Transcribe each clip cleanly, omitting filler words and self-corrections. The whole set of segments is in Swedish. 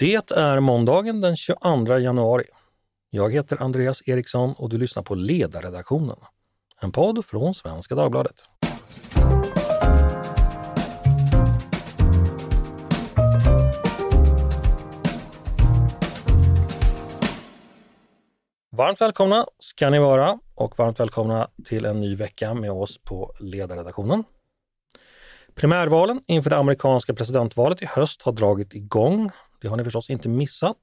Det är måndagen den 22 januari. Jag heter Andreas Eriksson och du lyssnar på Ledarredaktionen. En podd från Svenska Dagbladet. Varmt välkomna ska ni vara och varmt välkomna till en ny vecka med oss på Ledarredaktionen. Primärvalen inför det amerikanska presidentvalet i höst har dragit igång. Det har ni förstås inte missat.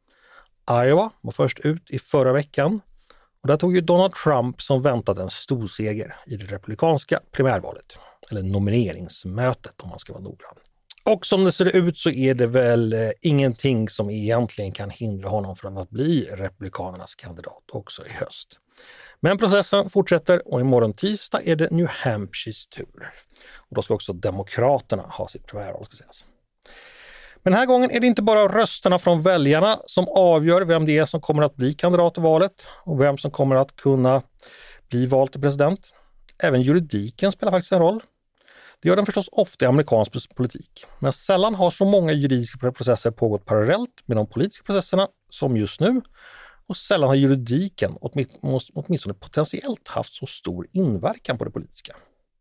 Iowa var först ut i förra veckan och där tog ju Donald Trump som väntat en stor seger i det republikanska primärvalet. Eller nomineringsmötet om man ska vara noggrann. Och som det ser ut så är det väl ingenting som egentligen kan hindra honom från att bli republikanernas kandidat också i höst. Men processen fortsätter och imorgon tisdag är det New Hampshires tur. Och då ska också demokraterna ha sitt primärval ska sägas. Men den här gången är det inte bara rösterna från väljarna som avgör vem det är som kommer att bli kandidat i valet och vem som kommer att kunna bli vald till president. Även juridiken spelar faktiskt en roll. Det gör den förstås ofta i amerikansk politik. Men sällan har så många juridiska processer pågått parallellt med de politiska processerna som just nu. Och sällan har juridiken åtminstone potentiellt haft så stor inverkan på det politiska.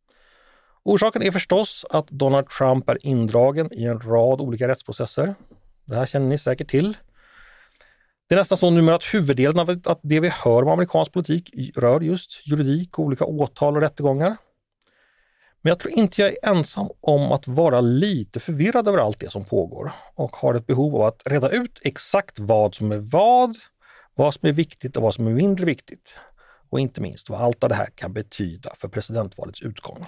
Orsaken är förstås att Donald Trump är indragen i en rad olika rättsprocesser. Det här känner ni säkert till. Det är nästan så numera att huvuddelen av att det vi hör om amerikansk politik rör just juridik och olika åtal och rättegångar. Men jag tror inte jag är ensam om att vara lite förvirrad över allt det som pågår och har ett behov av att reda ut exakt vad som är vad som är viktigt och vad som är mindre viktigt. Och inte minst vad allt av det här kan betyda för presidentvalets utgång.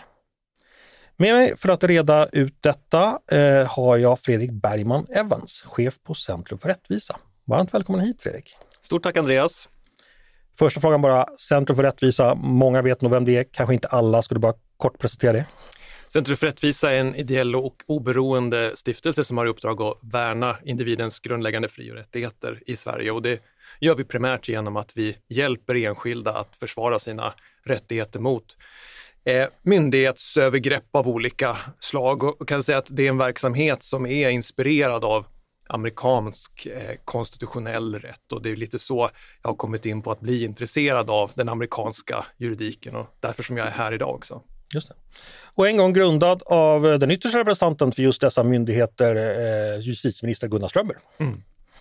Med mig för att reda ut detta har jag Fredrik Bergman Evans, chef på Centrum för rättvisa. Varmt välkommen hit Fredrik. Stort tack Andreas. Första frågan bara, Centrum för rättvisa, många vet nog vem det är, kanske inte alla, skulle du bara kort presentera det? Centrum för rättvisa är en ideell och oberoende stiftelse som har i uppdrag att värna individens grundläggande fri- och rättigheter i Sverige och det gör vi primärt genom att vi hjälper enskilda att försvara sina rättigheter mot myndighetsövergrepp av olika slag och kan säga att det är en verksamhet som är inspirerad av amerikansk konstitutionell rätt och det är lite så jag har kommit in på att bli intresserad av den amerikanska juridiken och därför som jag är här idag också. Just det. Och en gång grundad av den yttersta representanten för just dessa myndigheter, justitieminister Gunnar Strömmer. Mm.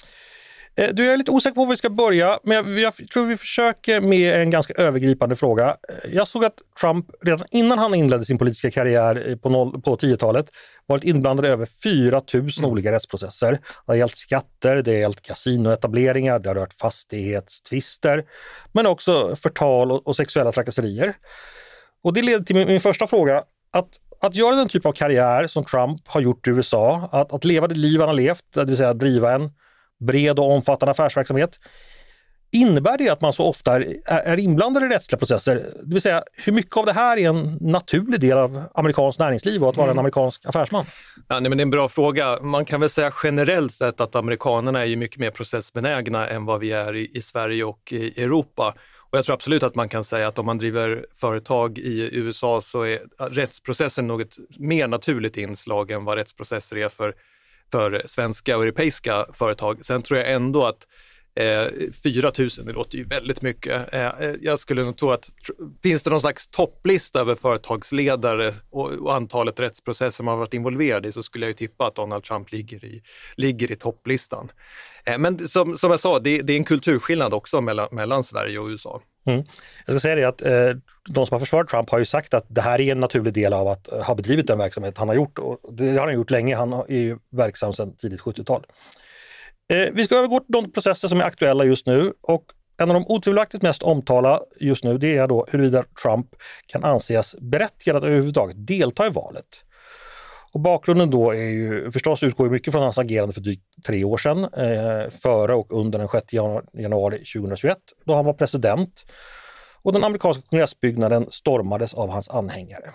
Du är lite osäker på var vi ska börja, men jag tror vi försöker med en ganska övergripande fråga. Jag såg att Trump redan innan han inledde sin politiska karriär på 10-talet varit inblandad i över 4 000 olika rättsprocesser. Det har gällt skatter, det har gällt kasinoetableringar, det har rört fastighetstvister, men också förtal och sexuella trakasserier. Och det leder till min första fråga, att göra den typ av karriär som Trump har gjort i USA, att leva det liv han har levt, det vill säga driva en bred och omfattande affärsverksamhet. Innebär det att man så ofta är inblandad i rättsliga processer? Det vill säga, hur mycket av det här är en naturlig del av amerikansk näringsliv och att vara en amerikansk affärsman? Ja, nej, men det är en bra fråga. Man kan väl säga generellt sett att amerikanerna är ju mycket mer processbenägna än vad vi är i Sverige och i Europa. Och jag tror absolut att man kan säga att om man driver företag i USA så är rättsprocessen något mer naturligt inslag än vad rättsprocesser är för svenska och europeiska företag. Sen tror jag ändå att 4 000, det låter ju väldigt mycket. Jag skulle nog tro att finns det någon slags topplista över företagsledare och antalet rättsprocesser man har varit involverad i så skulle jag ju tippa att Donald Trump ligger i topplistan. Men som jag sa, det är en kulturskillnad också mellan Sverige och USA. Mm. Jag ska säga det att de som har försvarat Trump har ju sagt att det här är en naturlig del av att ha bedrivit den verksamhet han har gjort. Och det har han gjort länge, han är ju verksam sedan tidigt 70-tal. Vi ska övergå till de processer som är aktuella just nu och en av de otvivelaktigt mest omtalade just nu det är då huruvida Trump kan anses berättigad att överhuvudtaget delta i valet. Och bakgrunden då är ju förstås utgår mycket från hans agerande för drygt 3 år sedan, före och under den 6 januari 2021 då han var president och den amerikanska kongressbyggnaden stormades av hans anhängare.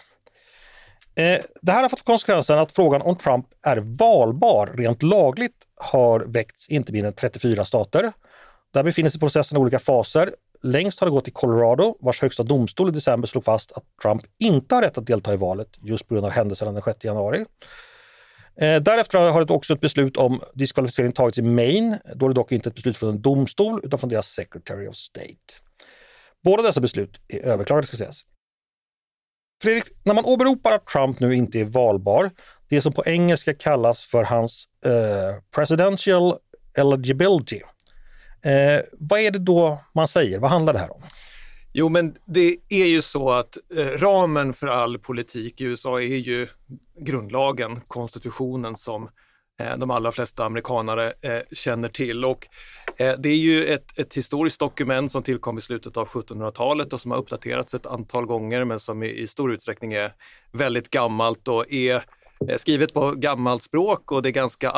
Det här har fått konsekvensen att frågan om Trump är valbar rent lagligt har väckts inte mindre än 34 stater. Där befinner sig processen i olika faser. Längst har det gått i Colorado, vars högsta domstol i december slog fast att Trump inte har rätt att delta i valet just på grund av händelserna den 6 januari. Därefter har det också ett beslut om diskvalificering tagits i Maine, då det dock inte ett beslut från en domstol utan från deras Secretary of State. Båda dessa beslut är överklagade, ska sägas. Fredrik, när man åberopar att Trump nu inte är valbar, det som på engelska kallas för hans presidential eligibility, vad är det då man säger? Vad handlar det här om? Jo, men det är ju så att ramen för all politik i USA är ju grundlagen, konstitutionen, som de allra flesta amerikanare känner till. Och det är ju ett historiskt dokument som tillkom i slutet av 1700-talet och som har uppdaterats ett antal gånger, men som i stor utsträckning är väldigt gammalt och är skrivet på gammalt språk, och det är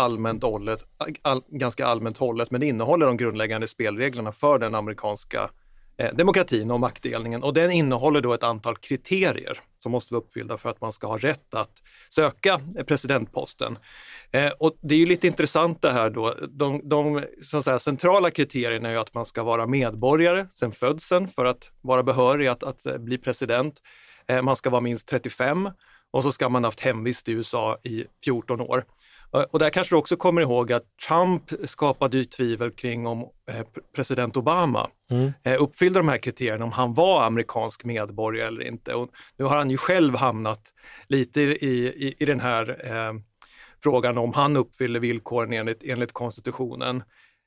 ganska allmänt hållet, men det innehåller de grundläggande spelreglerna för den amerikanska demokratin och maktdelningen, och den innehåller då ett antal kriterier som måste vara uppfyllda för att man ska ha rätt att söka presidentposten. Och det är ju lite intressant det här då. De så att säga, centrala kriterierna är ju att man ska vara medborgare sedan födseln för att vara behörig att bli president. Man ska vara minst 35 och så ska man ha haft hemvist i USA i 14 år. Och där kanske du också kommer ihåg att Trump skapade ju tvivel kring om president Obama uppfyllde de här kriterierna, om han var amerikansk medborgare eller inte. Och nu har han ju själv hamnat lite i den här frågan om han uppfyller villkoren enligt konstitutionen.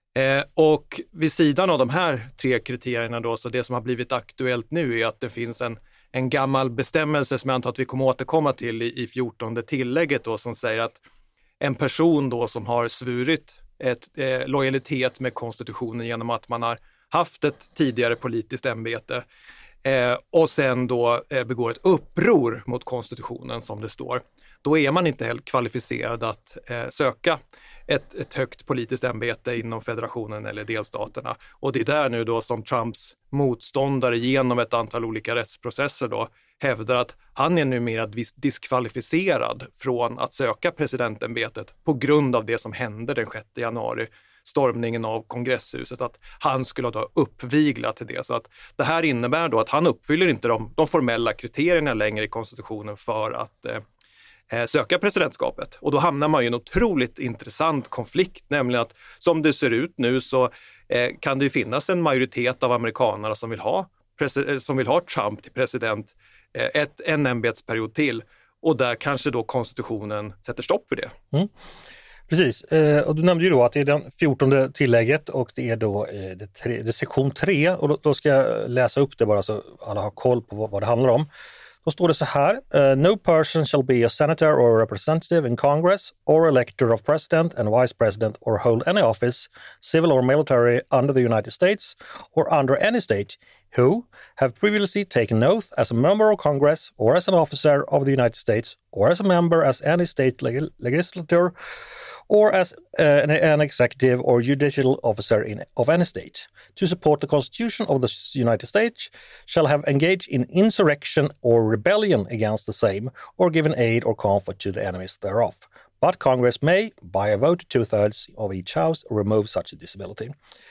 Och vid sidan av de här 3 kriterierna då, så det som har blivit aktuellt nu är att det finns en gammal bestämmelse som jag antar att vi kommer återkomma till i 14:e tillägget då, som säger att en person då som har svurit lojalitet med konstitutionen genom att man har haft ett tidigare politiskt ämbete och sen då begår ett uppror mot konstitutionen, som det står, då är man inte helt kvalificerad att söka ett högt politiskt ämbete inom federationen eller delstaterna. Och det är där nu då som Trumps motståndare genom ett antal olika rättsprocesser då hävdar att han är numera diskvalificerad från att söka presidentämbetet på grund av det som hände den 6 januari, stormningen av kongresshuset, att han skulle ha uppviglat till det. Så att det här innebär då att han uppfyller inte de formella kriterierna längre i konstitutionen för att söka presidentskapet. Och då hamnar man i en otroligt intressant konflikt, nämligen att som det ser ut nu så kan det ju finnas en majoritet av amerikanerna som vill ha Trump till president en ämbetsperiod till, och där kanske då konstitutionen sätter stopp för det. Mm. Precis, och du nämnde ju då att det är den 14:e tillägget och det är då det är sektion 3, och då ska jag läsa upp det bara så alla har koll på vad det handlar om. Då står det så här: No person shall be a senator or a representative in Congress or elector of president and vice president or hold any office, civil or military, under the United States or under any state who have previously taken oath as a member of Congress or as an officer of the United States or as a member as any state legislator or as an executive or judicial officer of any state, to support the Constitution of the United States, shall have engaged in insurrection or rebellion against the same, or given aid or comfort to the enemies thereof. But Congress may, by a vote 2/3 of each house, remove such a disability.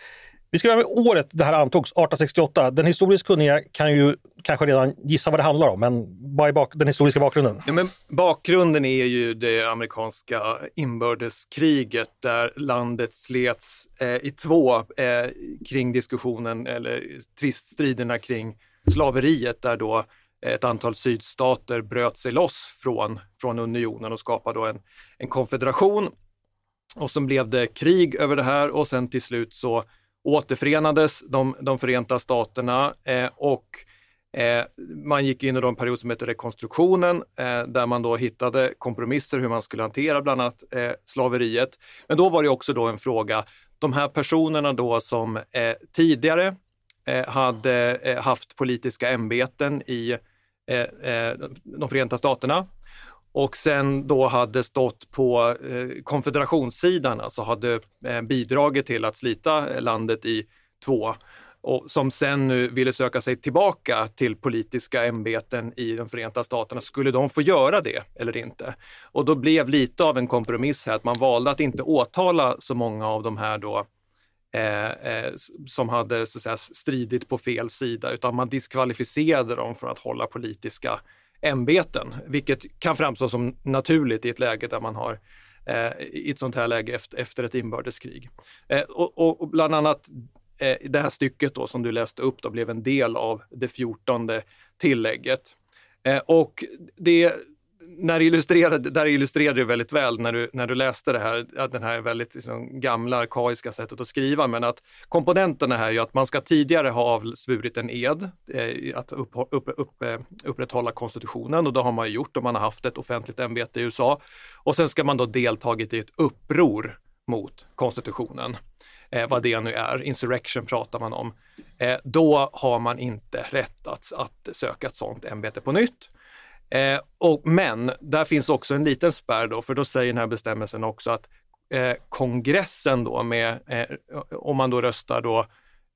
Vi ska börja med året det här antogs, 1868. Den historiskt kunniga kan ju kanske redan gissa vad det handlar om, men vad är den historiska bakgrunden? Ja, men bakgrunden är ju det amerikanska inbördeskriget där landet slets i två kring diskussionen eller tviststriderna kring slaveriet, där då ett antal sydstater bröt sig loss från unionen och skapade då en konfederation. Och så blev det krig över det här, och sen till slut så återförenades de förenta staterna och man gick in i en period som heter rekonstruktionen, där man då hittade kompromisser hur man skulle hantera bland annat slaveriet. Men då var det också då en fråga, de här personerna då som tidigare hade haft politiska ämbeten i de förenta staterna och sen då hade stått på konfederationssidan, alltså hade bidragit till att slita landet i två, och som sen nu ville söka sig tillbaka till politiska ämbeten i de förenta staterna. Skulle de få göra det eller inte? Och då blev lite av en kompromiss här, att man valde att inte åtala så många av de här då som hade så att säga stridit på fel sida, utan man diskvalificerade dem från att hålla politiska ämbeten, vilket kan framstå som naturligt i ett läge där man har i ett sånt här läge efter ett inbördeskrig. Och bland annat det här stycket då, som du läste upp då, blev en del av det 14:e tillägget. Och det illustrerade det väldigt väl när du läste det här, att den här väldigt liksom gamla arkaiska sättet att skriva, men att komponenterna här är ju att man ska tidigare ha avsvurit en ed att upprätthålla konstitutionen, och då har man gjort om man har haft ett offentligt ämbete i USA, och sen ska man då deltagit i ett uppror mot konstitutionen. Vad det nu är, insurrection pratar man om. Då har man inte rätt att söka ett sådant ämbete på nytt. Men där finns också en liten spärr då, för då säger den här bestämmelsen också att kongressen då om man då röstar då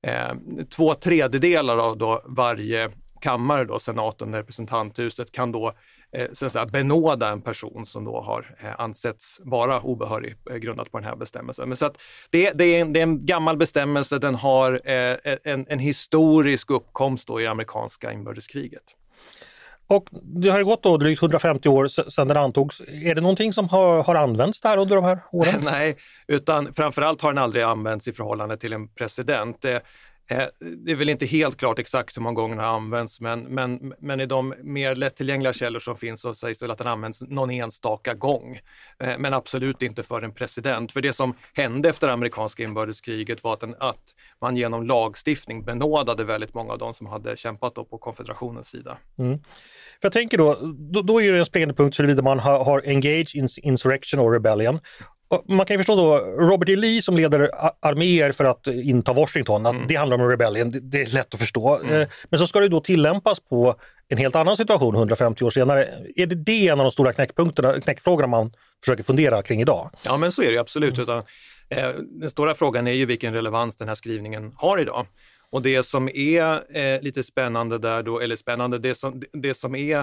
2/3 av då varje kammare då, senaten, representanthuset, kan då så att säga benåda en person som då har ansetts vara obehörig grundat på den här bestämmelsen. Men så att det är en gammal bestämmelse, den har en historisk uppkomst då i amerikanska inbördeskriget. Och det har ju gått då drygt 150 år sedan den antogs. Är det någonting som har använts där under de här åren? Nej, utan framförallt har den aldrig använts i förhållande till en president. Det är väl inte helt klart exakt hur många gånger den har använts, men i de mer lättillgängliga källor som finns så sägs väl att den används någon enstaka gång. Men absolut inte för en president. För det som hände efter amerikanska inbördeskriget var att man genom lagstiftning benådade väldigt många av de som hade kämpat då på konfederationens sida. Mm. För jag tänker då är det en springande punkt huruvida man har engaged in insurrection or rebellion. Man kan ju förstå då Robert E. Lee som leder arméer för att inta Washington, att det handlar om en rebellion, det är lätt att förstå. Men så ska det då tillämpas på en helt annan situation 150 år senare. Är det en av de stora knäckfrågorna man försöker fundera kring idag? Ja, men så är det absolut. Utan, den stora frågan är ju vilken relevans den här skrivningen har idag. Och det som är lite spännande där då, eller spännande, det som är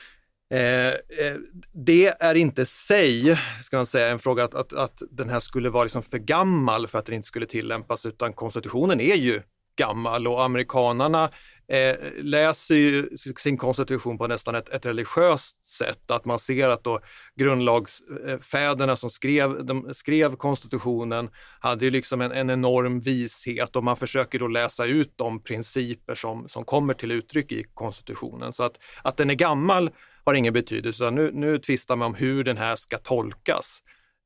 det är inte sig, ska man säga, en fråga att den här skulle vara liksom för gammal för att den inte skulle tillämpas, utan konstitutionen är ju gammal, och amerikanerna läser ju sin konstitution på nästan ett religiöst sätt. Att man ser att då grundlagsfäderna som skrev konstitutionen hade ju liksom en enorm vishet, och man försöker då läsa ut de principer som kommer till uttryck i konstitutionen. Så att den är gammal har ingen betydelse. Nu tvistar man om hur den här ska tolkas.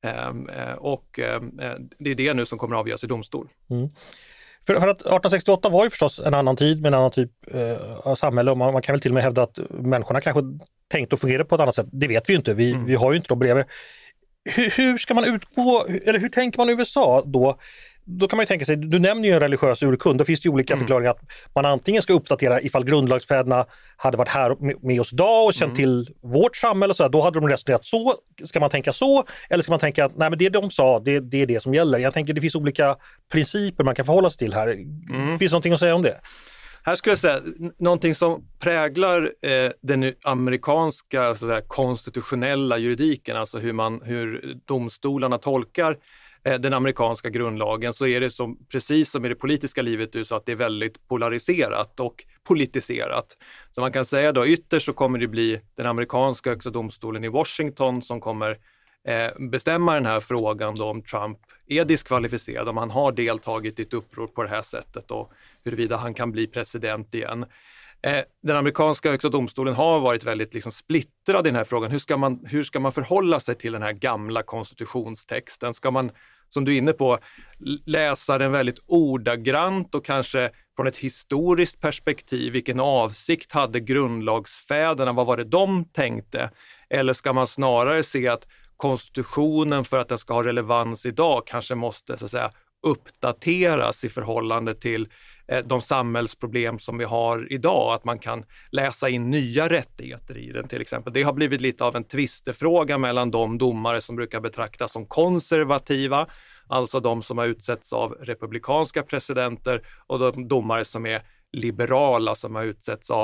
Det är det nu som kommer att avgöras i domstol. Mm. För att 1868 var ju förstås en annan tid med en annan typ av samhälle, och man kan väl till och med hävda att människorna kanske tänkte och fungerade på ett annat sätt. Det vet vi ju inte, vi har ju inte de bredvid. Hur ska man utgå, eller hur tänker man i USA då? Då kan man ju tänka sig, du nämner ju en religiös urkund, då finns det ju olika förklaringar att man antingen ska uppdatera ifall grundlagsfäderna hade varit här med oss idag och känt till vårt samhälle och så här, då hade de resonerat så. Ska man tänka så? Eller ska man tänka att nej, men det de sa, det är det som gäller? Jag tänker det finns olika principer man kan förhålla sig till här. Finns det någonting att säga om det? Här skulle jag säga, någonting som präglar den amerikanska konstitutionella juridiken, alltså hur domstolarna tolkar den amerikanska grundlagen, så är det precis som i det politiska livet så att det är väldigt polariserat och politiserat. Så man kan säga då ytterst så kommer det bli den amerikanska högsta domstolen i Washington som kommer bestämma den här frågan då, om Trump är diskvalificerad, om han har deltagit i ett uppror på det här sättet och huruvida han kan bli president igen. Den amerikanska högsta domstolen har varit väldigt liksom splittrad i den här frågan. Hur ska man förhålla sig till den här gamla konstitutionstexten? Ska man, som du är inne på, läsa den väldigt ordagrant och kanske från ett historiskt perspektiv? Vilken avsikt hade grundlagsfäderna? Vad var det de tänkte? Eller ska man snarare se att konstitutionen, för att den ska ha relevans idag, kanske måste så att säga uppdateras i förhållande till de samhällsproblem som vi har idag, att man kan läsa in nya rättigheter i den till exempel. Det har blivit lite av en tvistefråga mellan de domare som brukar betraktas som konservativa, alltså de som har utsetts av republikanska presidenter, och de domare som är liberala som har utsetts av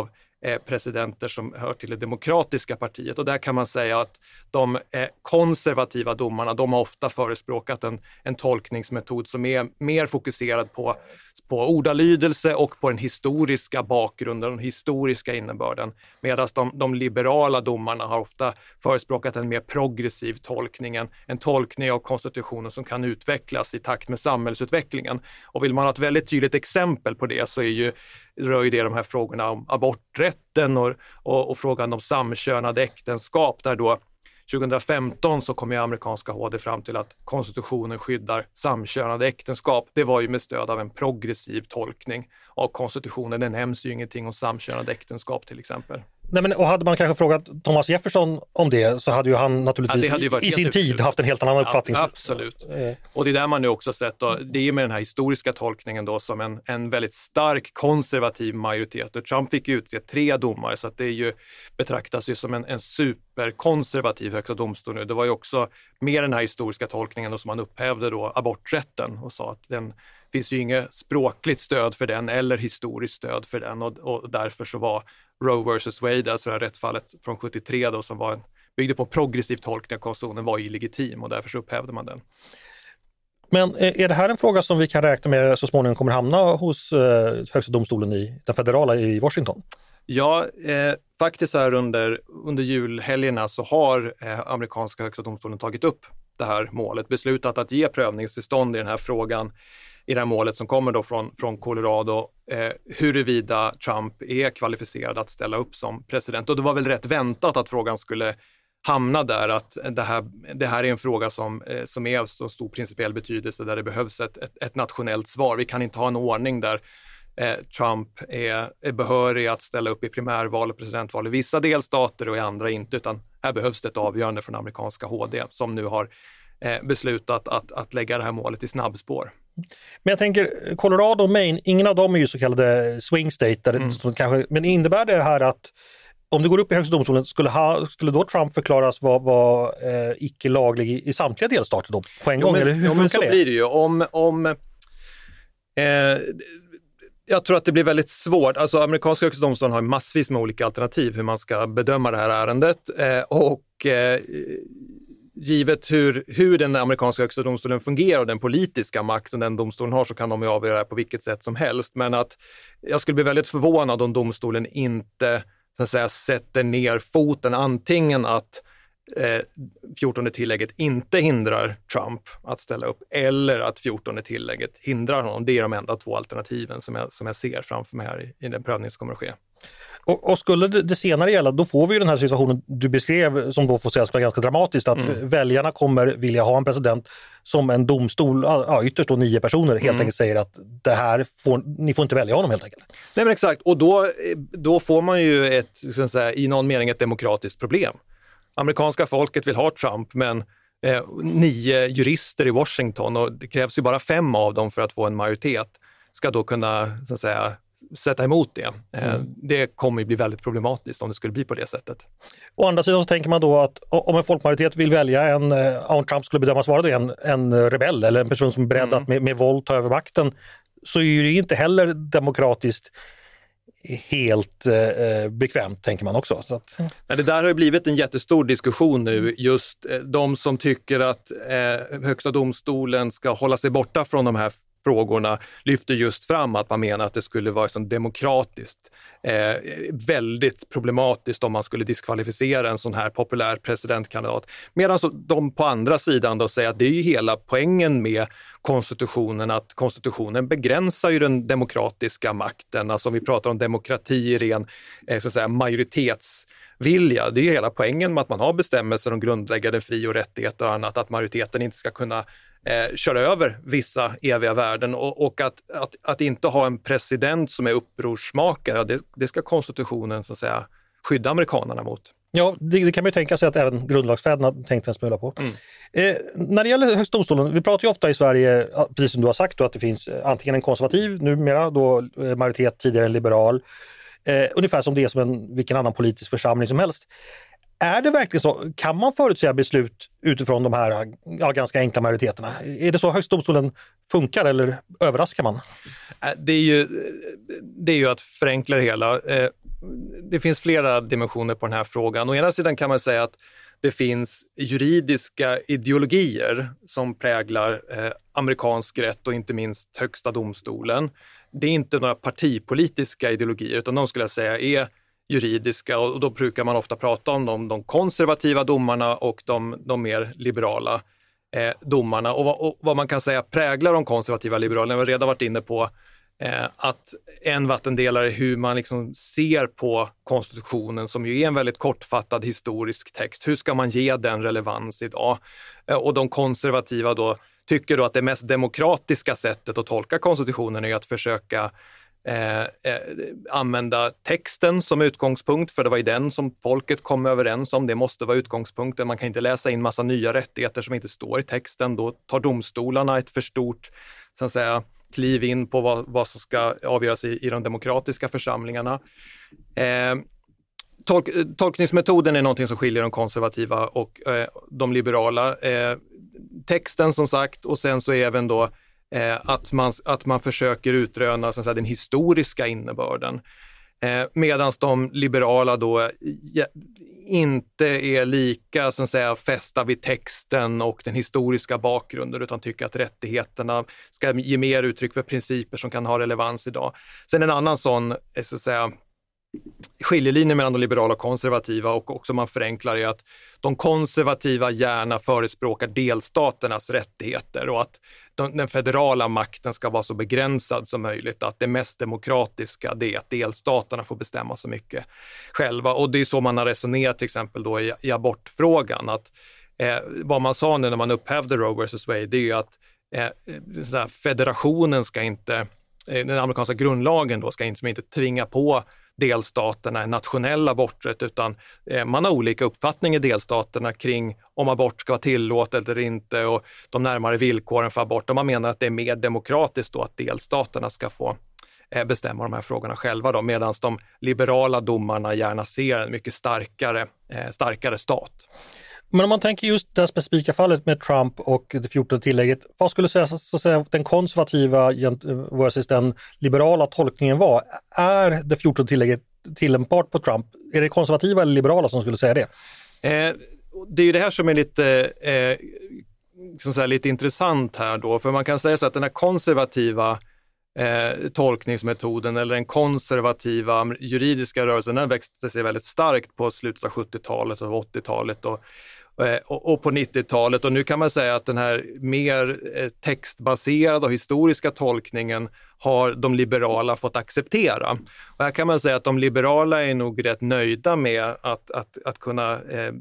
presidenter som hör till det demokratiska partiet. Och där kan man säga att de konservativa domarna, de har ofta förespråkat en tolkningsmetod som är mer fokuserad på ordalydelse och på den historiska bakgrunden, den historiska innebörden. Medan de liberala domarna har ofta förespråkat en mer progressiv tolkning, en tolkning av konstitutionen som kan utvecklas i takt med samhällsutvecklingen. Och vill man ha ett väldigt tydligt exempel på det så rör ju det de här frågorna om aborträtten och frågan om samkönade äktenskap, där då 2015 så kom ju amerikanska HD fram till att konstitutionen skyddar samkönade äktenskap. Det var ju med stöd av en progressiv tolkning av konstitutionen. Det nämns ju ingenting om samkönade äktenskap till exempel. Nej, men, och hade man kanske frågat Thomas Jefferson om det så hade ju han naturligtvis i sin tid haft en helt annan uppfattning. Absolut. Och det är där man nu också sett då, det är med den här historiska tolkningen då som en väldigt stark konservativ majoritet. Och Trump fick utse 3 domare så att det betraktas ju som en superkonservativ högsta domstol nu. Det var ju också med den här historiska tolkningen då som man upphävde då aborträtten och sa att den finns ju inget språkligt stöd för den eller historiskt stöd för den och därför så var Roe vs. Wade, alltså det här rättsfallet från 73 då, som byggde på progressiv tolkning av konstitutionen, var illegitim och därför så upphävde man den. Men är det här en fråga som vi kan räkna med så småningom kommer hamna hos högsta domstolen i den federala i Washington? Ja, faktiskt här under julhelgerna så har amerikanska högsta domstolen tagit upp det här målet, beslutat att ge prövningstillstånd i den här frågan, i det här målet som kommer då från Colorado, huruvida Trump är kvalificerad att ställa upp som president. Och det var väl rätt väntat att frågan skulle hamna där, att det här är en fråga som är av så stor principiell betydelse där det behövs ett nationellt svar. Vi kan inte ha en ordning där Trump är behörig att ställa upp i primärval och presidentval i vissa delstater och i andra inte, utan här behövs det ett avgörande från amerikanska HD som nu har beslutat att lägga det här målet i snabbspår. Men jag tänker, Colorado och Maine, ingen av dem är ju så kallade swing state, men innebär det här att om det går upp i högsta domstolen skulle då Trump förklaras vara icke laglig i samtliga delstater då på en gång? Eller hur funkar så det? Blir det ju. Jag tror att det blir väldigt svårt. Alltså amerikanska högsta domstolen har massvis med olika alternativ hur man ska bedöma det här ärendet givet hur den amerikanska högsta domstolen fungerar och den politiska makten den domstolen har, så kan de ju avgöra det på vilket sätt som helst. Men att jag skulle bli väldigt förvånad om domstolen inte så att säga sätter ner foten, antingen att 14:e tillägget inte hindrar Trump att ställa upp eller att 14:e tillägget hindrar honom. Det är de enda 2 alternativen som jag ser framför mig här i den prövning som kommer att ske. Och skulle det senare gälla, då får vi ju den här situationen du beskrev som då får sägas vara ganska dramatiskt, att väljarna kommer vilja ha en president som en domstol, ytterst då 9 personer helt enkelt säger att ni får inte välja honom helt enkelt. Nej, men exakt, och då får man ju i någon mening ett demokratiskt problem. Amerikanska folket vill ha Trump, men 9 jurister i Washington, och det krävs ju bara 5 av dem för att få en majoritet, ska då kunna så att säga sätta emot det. Det kommer ju bli väldigt problematiskt om det skulle bli på det sättet. Å andra sidan så tänker man då att om en folkmajoritet vill välja om Trump skulle bedömas vara en rebell eller en person som är beredd att med våld ta över makten, så är det inte heller demokratiskt helt bekvämt, tänker man också. Så att... Men det där har ju blivit en jättestor diskussion nu, just de som tycker att högsta domstolen ska hålla sig borta från de här frågorna lyfter just fram att man menar att det skulle vara som demokratiskt väldigt problematiskt om man skulle diskvalificera en sån här populär presidentkandidat. Medan de på andra sidan då säger att det är ju hela poängen med konstitutionen, att konstitutionen begränsar ju den demokratiska makten. Alltså om vi pratar om demokrati i ren så att säga, majoritetsvilja. Det är ju hela poängen med att man har bestämmelser om grundläggande fri- och rättigheter och annat, att majoriteten inte ska kunna köra över vissa eviga värden, och att inte ha en president som är upprorsmakare, det ska konstitutionen så att säga skydda amerikanerna mot. Ja, det kan man ju tänka sig att även grundlagsfäderna tänkte en smula på. När det gäller högsta domstolen, vi pratar ju ofta i Sverige, precis som du har sagt, då, att det finns antingen en konservativ, numera då majoritet, tidigare en liberal, ungefär som det är som vilken annan politisk församling som helst. Är det verkligen så? Kan man förutsäga beslut utifrån de här ganska enkla majoriteterna? Är det så högsta domstolen funkar, eller överraskar man? Det är ju att förenkla det hela. det finns flera dimensioner på den här frågan. Å ena sidan kan man säga att det finns juridiska ideologier som präglar amerikansk rätt och inte minst högsta domstolen. Det är inte några partipolitiska ideologier, utan de skulle jag säga är juridiska, och då brukar man ofta prata om de konservativa domarna och de mer liberala domarna. Och vad man kan säga präglar de konservativa liberalerna, vi har redan varit inne på att en vattendelare är hur man liksom ser på konstitutionen, som ju är en väldigt kortfattad historisk text. Hur ska man ge den relevans idag? Och de konservativa då tycker då att det mest demokratiska sättet att tolka konstitutionen är att försöka använda texten som utgångspunkt, för det var ju den som folket kom överens om. Det måste vara utgångspunkten. Man kan inte läsa in massa nya rättigheter som inte står i texten. Då tar domstolarna ett för stort, så att säga, kliv in på vad som ska avgöras i de demokratiska församlingarna. Tolkningsmetoden är någonting som skiljer de konservativa och de liberala. Texten som sagt, och sen så även då att man försöker utröna, så att säga, den historiska innebörden. Medan de liberala då inte är lika, så att säga, fästa vid texten och den historiska bakgrunden, utan tycker att rättigheterna ska ge mer uttryck för principer som kan ha relevans idag. Sen en annan sån, så att säga, skiljelinje mellan de liberala och konservativa, och också man förenklar, är att de konservativa gärna förespråkar delstaternas rättigheter och att den federala makten ska vara så begränsad som möjligt, att det mest demokratiska det är att delstaterna får bestämma så mycket själva. Och det är så man har resonerat till exempel då i abortfrågan, att vad man sa nu när man upphävde Roe vs. Wade, det är ju att federationen ska inte, den amerikanska grundlagen då ska inte tvinga på delstaterna en nationell aborträtt, utan man har olika uppfattningar i delstaterna kring om abort ska vara tillåtet eller inte och de närmare villkoren för abort. Och man menar att det är mer demokratiskt då att delstaterna ska få bestämma de här frågorna själva då, medan de liberala domarna gärna ser en mycket starkare stat. Men om man tänker just det specifika fallet med Trump och det 14:e tillägget, vad skulle sägas, så att säga, den konservativa versus den liberala tolkningen var? Är det 14:e tillägget tillämpbart på Trump? Är det konservativa eller liberala som skulle säga det? Det är ju det här som är lite, lite intressant här då, för man kan säga så att den här konservativa tolkningsmetoden eller den konservativa juridiska rörelsen, den växte sig väldigt starkt på slutet av 70-talet och 80-talet och på 90-talet, och nu kan man säga att den här mer textbaserade och historiska tolkningen har de liberala fått acceptera. Och här kan man säga att de liberala är nog rätt nöjda med att kunna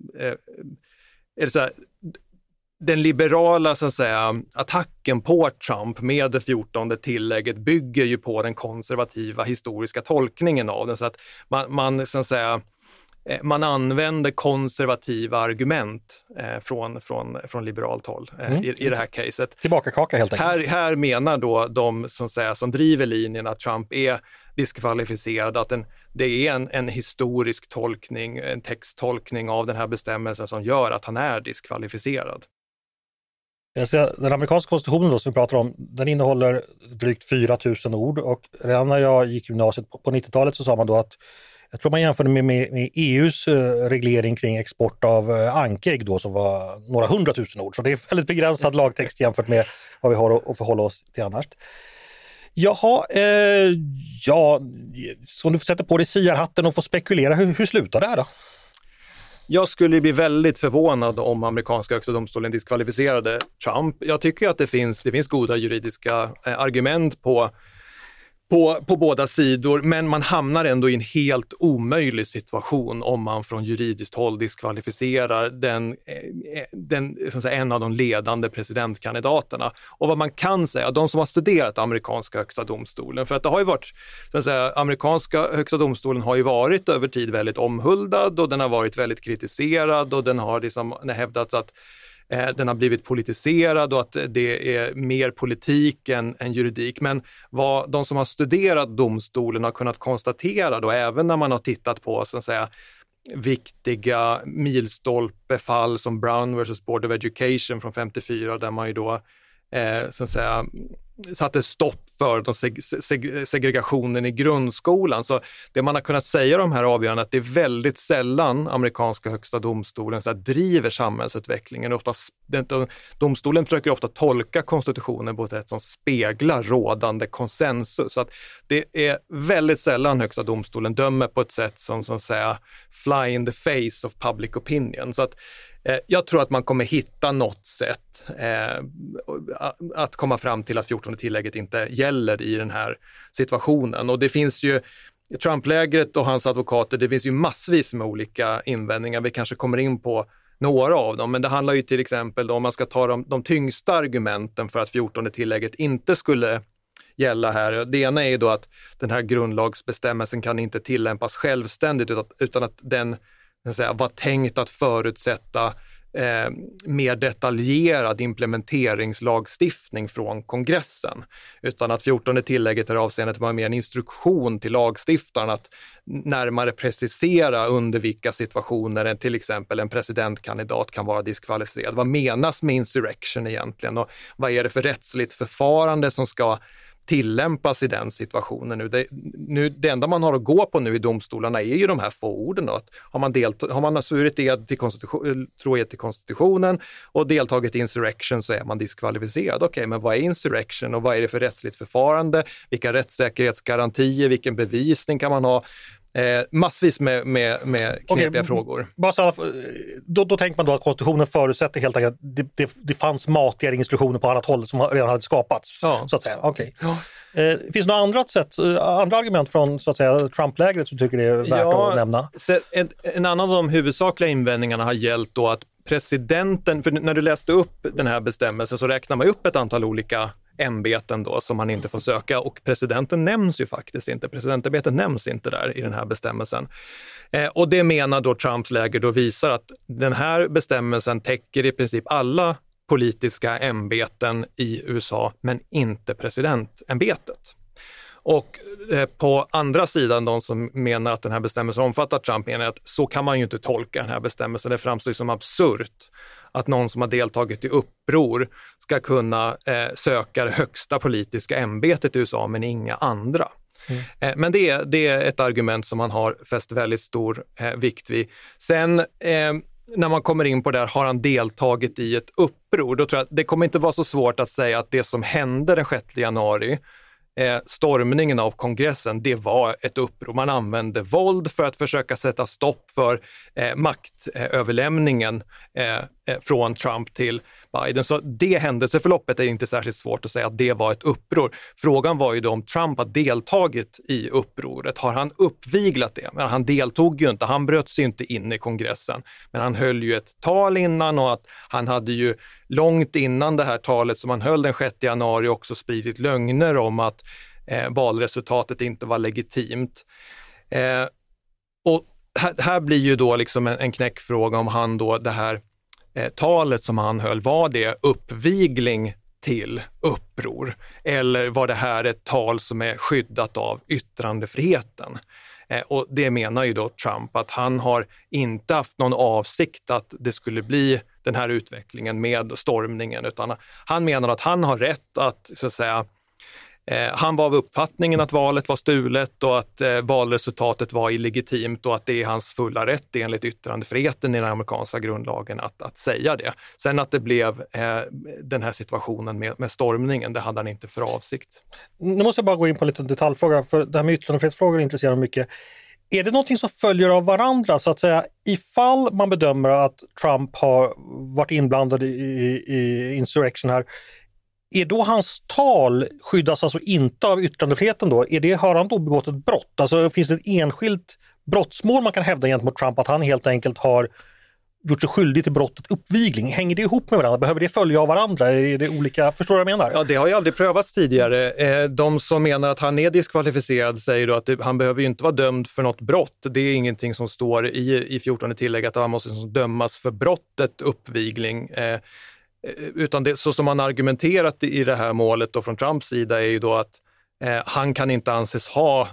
den liberala, så att säga, attacken på Trump med det 14:e tillägget bygger ju på den konservativa historiska tolkningen av den, så att man så att säga, man använder konservativa argument från liberalt håll i det här caset. Tillbaka kaka helt enkelt. Här menar då de som driver linjen att Trump är diskvalificerad, att det är en historisk tolkning, en texttolkning av den här bestämmelsen som gör att han är diskvalificerad. Den amerikanska konstitutionen då, som vi pratar om, den innehåller drygt 4 000 ord, och redan när jag gick gymnasiet på 90-talet så sa man då att, jag tror man jämförde med EUs reglering kring export av ankägg då, som var några 100 000 ord. Så det är väldigt begränsad lagtext jämfört med vad vi har att förhålla oss till annars. Jaha, så du sätter på dig siarhatten och får spekulera. Hur slutar det här då? Jag skulle bli väldigt förvånad om amerikanska högsta domstolen diskvalificerade Trump. Jag tycker att det finns goda juridiska argument på båda sidor, men man hamnar ändå i en helt omöjlig situation om man från juridiskt håll diskvalificerar så att säga, en av de ledande presidentkandidaterna. Och vad man kan säga, de som har studerat amerikanska högsta domstolen, för att det har ju varit, så att säga, amerikanska högsta domstolen har ju varit över tid väldigt omhuldad och den har varit väldigt kritiserad, och den har hävdats att den har blivit politiserad och att det är mer politik än juridik. Men vad de som har studerat domstolen har kunnat konstatera då, även när man har tittat på, så att säga, viktiga milstolpefall som Brown vs. Board of Education från 54, där man ju då så att säga satte stopp för segregationen i grundskolan. Så det man har kunnat säga de här avgörandena att det är väldigt sällan amerikanska högsta domstolen så här driver samhällsutvecklingen. Domstolen försöker ofta tolka konstitutionen på ett sätt som speglar rådande konsensus. Så att det är väldigt sällan högsta domstolen dömer på ett sätt som så att säga fly in the face of public opinion. Så att jag tror att man kommer hitta något sätt att komma fram till att 14:e tillägget inte gäller i den här situationen. Och det finns ju Trump-lägret och hans advokater, det finns ju massvis med olika invändningar. Vi kanske kommer in på några av dem, men det handlar ju till exempel om man ska ta de tyngsta argumenten för att 14:e tillägget inte skulle gälla här. Det ena är ju då att den här grundlagsbestämmelsen kan inte tillämpas självständigt utan att den var tänkt att förutsätta mer detaljerad implementeringslagstiftning från kongressen. Utan att 14:e tillägget är avseendet var mer en instruktion till lagstiftaren att närmare precisera under vilka situationer till exempel en presidentkandidat kan vara diskvalificerad. Vad menas med insurrection egentligen och vad är det för rättsligt förfarande som ska tillämpas i den situationen det enda man har att gå på nu i domstolarna är ju de här få orden då. Har man svurit ed till konstitutionen och deltagit i insurrection så är man diskvalificerad. Okej, men vad är insurrection och vad är det för rättsligt förfarande? Vilka rättssäkerhetsgarantier, vilken bevisning kan man ha? Massvis med knepiga frågor. Då tänker man då att konstitutionen förutsätter helt enkelt att det fanns matigare instruktioner på annat håll som redan hade skapats. Ja. Så att säga. Okay. Ja. Finns det några andra argument från så att säga Trump-lägret som tycker det är värt att nämna? En annan av de huvudsakliga invändningarna har gällt då att presidenten, för när du läste upp den här bestämmelsen så räknar man upp ett antal olika ämbeten då som man inte får söka och presidenten nämns ju faktiskt inte. Presidentämbetet nämns inte där i den här bestämmelsen. Och det menar då Trumps läger då visar att den här bestämmelsen täcker i princip alla politiska ämbeten i USA men inte presidentämbetet. Och på andra sidan de som menar att den här bestämmelsen omfattar Trump menar att så kan man ju inte tolka den här bestämmelsen. Det framstår som absurt att någon som har deltagit i uppror ska kunna söka det högsta politiska ämbetet i USA men inga andra. Men det är ett argument som man har fäst väldigt stor vikt vid. Sen när man kommer in på det här, har han deltagit i ett uppror? Då tror jag att det kommer inte vara så svårt att säga att det som hände den 6 januari, stormningen av kongressen, det var ett uppror. Man använde våld för att försöka sätta stopp för maktöverlämningen från Trump till Biden. Så det händelseförloppet är inte särskilt svårt att säga att det var ett uppror. Frågan var ju då om Trump har deltagit i upproret. Har han uppviglat det? Men han deltog ju inte, han bröt sig inte in i kongressen. Men han höll ju ett tal innan och att han hade ju långt innan det här talet som han höll den 6 januari också spridit lögner om att valresultatet inte var legitimt. Och här blir ju då liksom en knäckfråga om han då det här talet som han höll, var det uppvigling till uppror? Eller var det här ett tal som är skyddat av yttrandefriheten? Och det menar ju då Trump att han har inte haft någon avsikt att det skulle bli den här utvecklingen med stormningen, utan han menar att han har rätt att så att säga han var av uppfattningen att valet var stulet och att valresultatet var illegitimt och att det är hans fulla rätt enligt yttrandefriheten i den amerikanska grundlagen att säga det. Sen att det blev den här situationen med stormningen, det hade han inte för avsikt. Nu måste jag bara gå in på en liten detaljfråga, för det här med yttrandefrihetsfrågor intresserar mig mycket. Är det någonting som följer av varandra så att säga, ifall man bedömer att Trump har varit inblandad i insurrection här, är då hans tal skyddas alltså inte av yttrandefriheten då? Har han då begått ett brott? Alltså finns det ett enskilt brottsmål man kan hävda gentemot Trump att han helt enkelt har gjort sig skyldig till brottet uppvigling? Hänger det ihop med varandra? Behöver det följa av varandra? Är det olika? Förstår du vad jag menar? Ja, det har ju aldrig prövats tidigare. De som menar att han är diskvalificerad säger då att han behöver ju inte vara dömd för något brott. Det är ingenting som står i 14:e tillägg att han måste dömas för brottet uppvigling. Utan det, så som man argumenterat i det här målet då från Trumps sida är ju då att han kan inte anses ha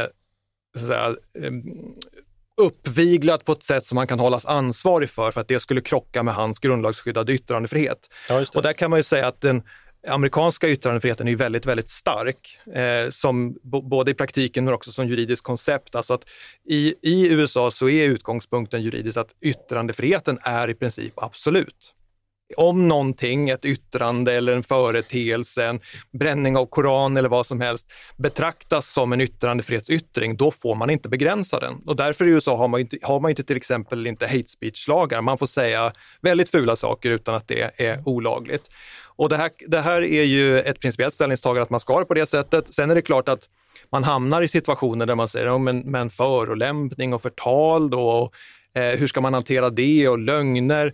uppviglat på ett sätt som han kan hållas ansvarig för att det skulle krocka med hans grundlagsskyddade yttrandefrihet. Ja, och där kan man ju säga att amerikanska yttrandefriheten är ju väldigt, väldigt stark, som både i praktiken men också som juridiskt koncept. Alltså att i USA så är utgångspunkten juridiskt att yttrandefriheten är i princip absolut. Om någonting, ett yttrande eller en företeelse, en bränning av Koran eller vad som helst betraktas som en yttrandefrihetsyttring, då får man inte begränsa den. Och därför i USA har man inte till exempel inte hate speech-lagar. Man får säga väldigt fula saker utan att det är olagligt. Och det här är ju ett principiellt ställningstagande att man ska det på det sättet. Sen är det klart att man hamnar i situationer där man säger men förolämpning och förtal då, och hur ska man hantera det, och lögner.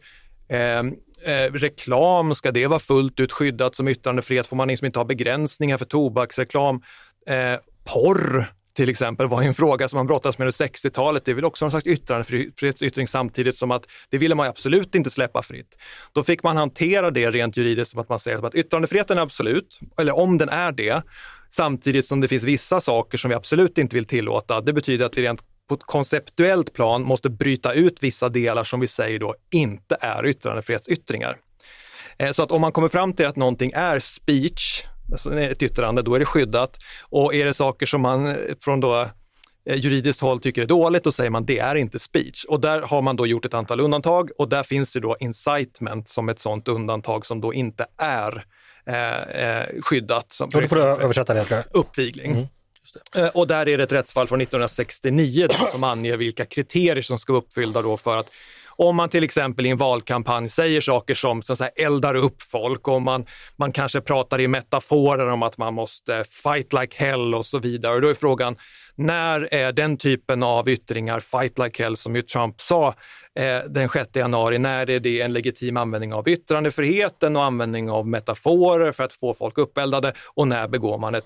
Reklam, ska det vara fullt ut skyddat som yttrandefrihet? Får man liksom inte ha begränsningar för tobaksreklam? Porr till exempel var en fråga som man brottas med under 60-talet. Det är väl också en slags yttrandefrihetsyttring, samtidigt som att det ville man absolut inte släppa fritt. Då fick man hantera det rent juridiskt som att man säger att yttrandefriheten är absolut, eller om den är det, samtidigt som det finns vissa saker som vi absolut inte vill tillåta. Det betyder att vi rent på ett konceptuellt plan måste bryta ut vissa delar som vi säger då inte är yttrandefrihetsyttringar. Så att om man kommer fram till att någonting är speech, alltså ett yttrande, då är det skyddat. Och är det saker som man från då juridiskt håll tycker är dåligt, då säger man det är inte speech. Och där har man då gjort ett antal undantag, och där finns det då incitement som ett sådant undantag som då inte är skyddat. Som då får du översätta det. Uppvigling. Mm. Och där är det ett rättsfall från 1969 då, som anger vilka kriterier som ska vara uppfyllda då för att om man till exempel i en valkampanj säger saker som så att säga, eldar upp folk, och man kanske pratar i metaforer om att man måste fight like hell och så vidare. Och då är frågan, när är den typen av yttringar, fight like hell som ju Trump sa den 6 januari, när är det en legitim användning av yttrandefriheten och användning av metaforer för att få folk uppeldade, och när begår man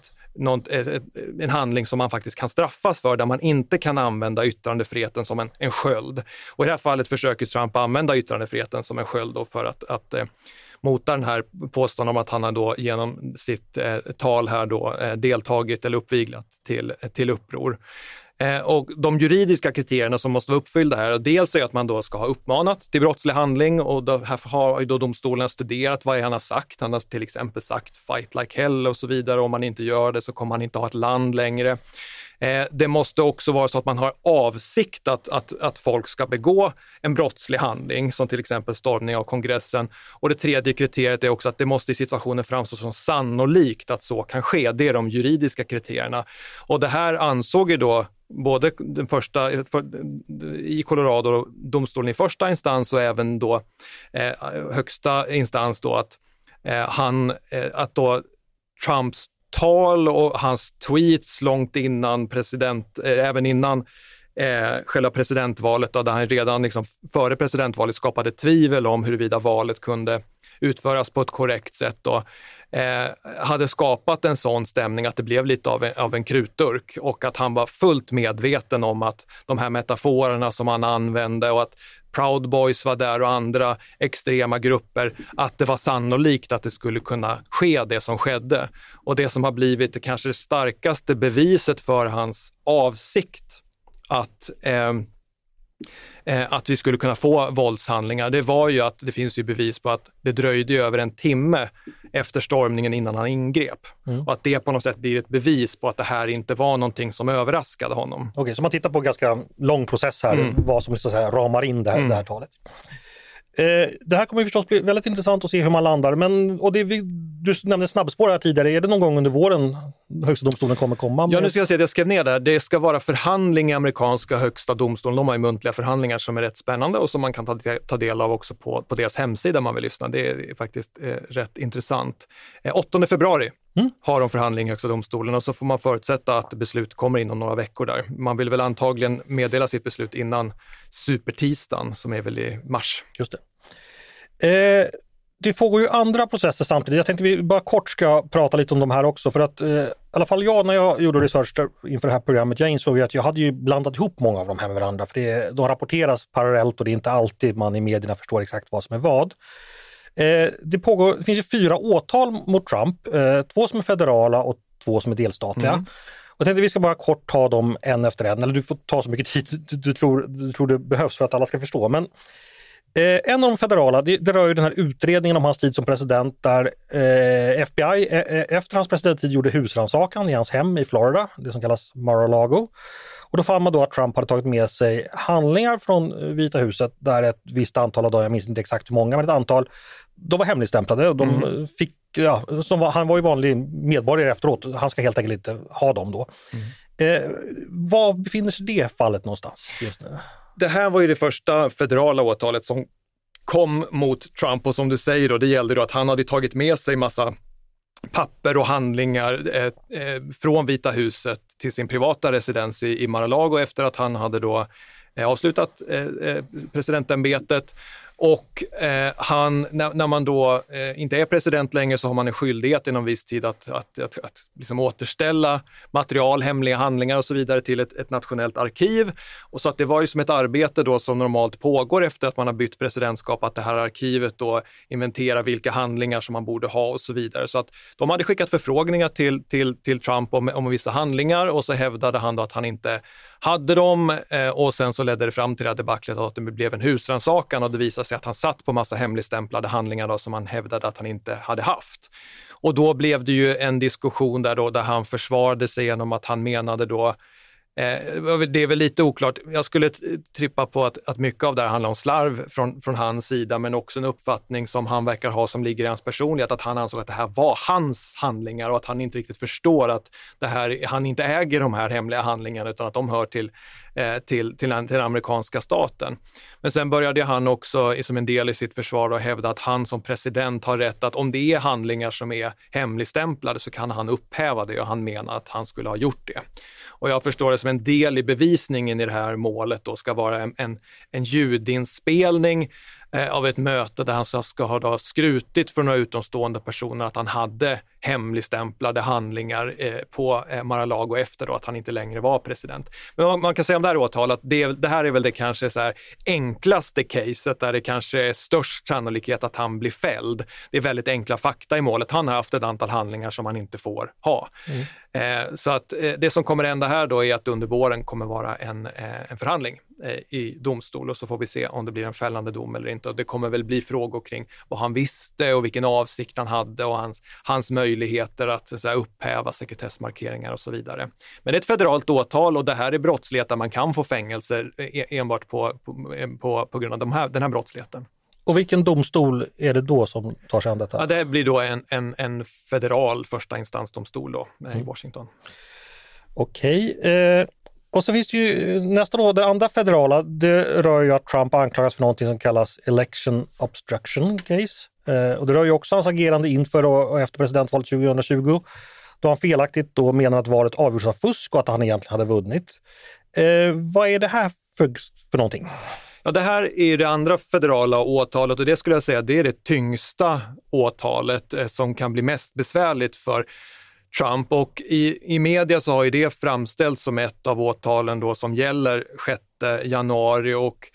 en handling som man faktiskt kan straffas för, där man inte kan använda yttrandefriheten som en sköld. Och i det här fallet försöker Trump använda yttrandefriheten som en sköld då för att mota den här påståendet om att han har då genom sitt tal här då deltagit eller uppviglat till uppror. Och de juridiska kriterierna som måste vara uppfyllda här, dels är att man då ska ha uppmanat till brottslig handling, och då här har då domstolen studerat vad han har sagt. Han har till exempel sagt fight like hell och så vidare. Om man inte gör det så kommer man inte ha ett land längre. Det måste också vara så att man har avsikt att folk ska begå en brottslig handling, som till exempel stormning av kongressen. Och det tredje kriteriet är också att det måste i situationen framstå som sannolikt att så kan ske. Det är de juridiska kriterierna. Och det här ansåg ju då både den första i Colorado domstolen i första instans och även då högsta instans då att då Trumps tal och hans tweets långt innan även innan själva presidentvalet då, där han redan liksom före presidentvalet skapade tvivel om huruvida valet kunde utföras på ett korrekt sätt då, hade skapat en sån stämning att det blev lite av en krutdurk, och att han var fullt medveten om att de här metaforerna som han använde och att Proud Boys var där och andra extrema grupper, att det var sannolikt att det skulle kunna ske det som skedde. Och det som har blivit det kanske det starkaste beviset för hans avsikt att vi skulle kunna få våldshandlingar, det var ju att det finns ju bevis på att det dröjde över en timme efter stormningen innan han ingrep. Och att det på något sätt blir ett bevis på att det här inte var någonting som överraskade honom. Okej, så man tittar på en ganska lång process här, vad som så att säga ramar in det här talet. Det här kommer förstås bli väldigt intressant att se hur man landar, men du nämnde snabbspår här tidigare, är det någon gång under våren högsta domstolen kommer komma med? Ja, nu ska jag säga att jag skrev ner där. Det ska vara förhandling i amerikanska högsta domstolen. De har ju muntliga förhandlingar som är rätt spännande och som man kan ta del av också på deras hemsida om man vill lyssna. Det är faktiskt rätt intressant. 8 februari har de förhandling i högsta domstolen, och så får man förutsätta att beslut kommer inom några veckor där. Man vill väl antagligen meddela sitt beslut innan supertisdagen som är väl i mars. Just det. Det pågår ju andra processer samtidigt. Jag tänkte vi bara kort ska prata lite om de här också, för att i alla fall jag, när jag gjorde research inför det här programmet, jag insåg ju att jag hade ju blandat ihop många av de här med varandra, för de rapporteras parallellt och det är inte alltid man i medierna förstår exakt vad som är vad. Det finns ju 4 åtal mot Trump, 2 som är federala och 2 som är delstatliga. Och jag tänkte vi ska bara kort ta dem en efter en, eller du får ta så mycket tid du tror det behövs för att alla ska förstå. Men En av de federala, det rör ju den här utredningen om hans tid som president där FBI efter hans presidenttid gjorde husrannsakan i hans hem i Florida, det som kallas Mar-a-Lago. Och då fann man då att Trump hade tagit med sig handlingar från Vita huset där ett visst antal av dem, jag minns inte exakt hur många, men ett antal, de var hemligstämplade och de fick, han var ju vanlig medborgare efteråt, han ska helt enkelt inte ha dem då. Var befinner sig det fallet någonstans just nu? Det här var ju det första federala åtalet som kom mot Trump och som du säger då, det gällde då att han hade tagit med sig massa papper och handlingar från Vita huset till sin privata residens i Mar-a-Lago efter att han hade då avslutat presidentämbetet. Och när man då inte är president längre så har man en skyldighet inom viss tid att liksom återställa material, hemliga handlingar och så vidare till ett nationellt arkiv. Och så att det var ju som ett arbete då som normalt pågår efter att man har bytt presidentskap, att det här arkivet då inventerar vilka handlingar som man borde ha och så vidare. Så att de hade skickat förfrågningar till Trump om vissa handlingar och så hävdade han då att han inte hade dem och sen så ledde det fram till det här debaclet att det blev en husrannsakan och det visade sig att han satt på massa hemligstämplade handlingar då, som han hävdade att han inte hade haft. Och då blev det ju en diskussion där han försvarade sig genom att han menade då, det är väl lite oklart, jag skulle trippa på att mycket av det här handlar om slarv från hans sida, men också en uppfattning som han verkar ha som ligger i hans personlighet, att han ansåg att det här var hans handlingar och att han inte riktigt förstår att han inte äger de här hemliga handlingarna utan att de hör till den amerikanska staten. Men sen började han också som en del i sitt försvar och hävda att han som president har rätt att om det är handlingar som är hemligstämplade så kan han upphäva det och han menar att han skulle ha gjort det. Och jag förstår det som en del i bevisningen i det här målet då ska vara en ljudinspelning av ett möte där han ska ha då skrutit för några utomstående personer att han hade hemligstämplade handlingar på Mar-a-Lago efter då att han inte längre var president. Men man kan säga om det här åtalet, det här är väl det kanske så här enklaste caset där det kanske är störst sannolikhet att han blir fälld. Det är väldigt enkla fakta i målet. Han har haft ett antal handlingar som han inte får ha. Så att det som kommer hända här då är att under våren kommer vara en förhandling i domstol och så får vi se om det blir en fällande dom eller inte. Och det kommer väl bli frågor kring vad han visste och vilken avsikt han hade och hans möjligheter att så att säga, upphäva sekretessmarkeringar och så vidare. Men det är ett federalt åtal och det här är brottslighet där man kan få fängelser enbart på grund av den här brottsligheten. Och vilken domstol är det då som tar sig an detta? Ja, det blir då en federal första instansdomstol då, i Washington. Okej. Och så finns det ju nästa då, det andra federala, det rör ju att Trump anklagas för någonting som kallas election obstruction case. Och det rör ju också hans agerande inför och efter presidentvalet 2020 då han felaktigt då menar att valet avgjorts av fusk och att han egentligen hade vunnit. Vad är det här för någonting? Ja, det här är det andra federala åtalet och det skulle jag säga det är det tyngsta åtalet som kan bli mest besvärligt för Trump och i media så har ju det framställts som ett av åtalen då som gäller 6 januari och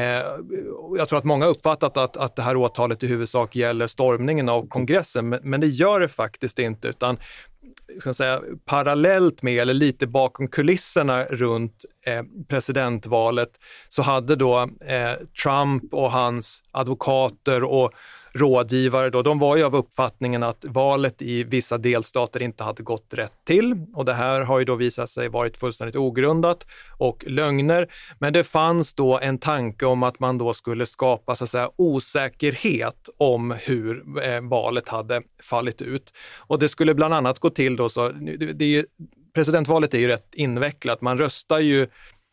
jag tror att många uppfattat att det här åtalet i huvudsak gäller stormningen av kongressen men det gör det faktiskt inte utan ska säga, parallellt med eller lite bakom kulisserna runt presidentvalet så hade då Trump och hans advokater och rådgivare då, de var ju av uppfattningen att valet i vissa delstater inte hade gått rätt till och det här har ju då visat sig varit fullständigt ogrundat och lögner men det fanns då en tanke om att man då skulle skapa så att säga osäkerhet om hur valet hade fallit ut och det skulle bland annat gå till då så presidentvalet är ju rätt invecklat, man röstar ju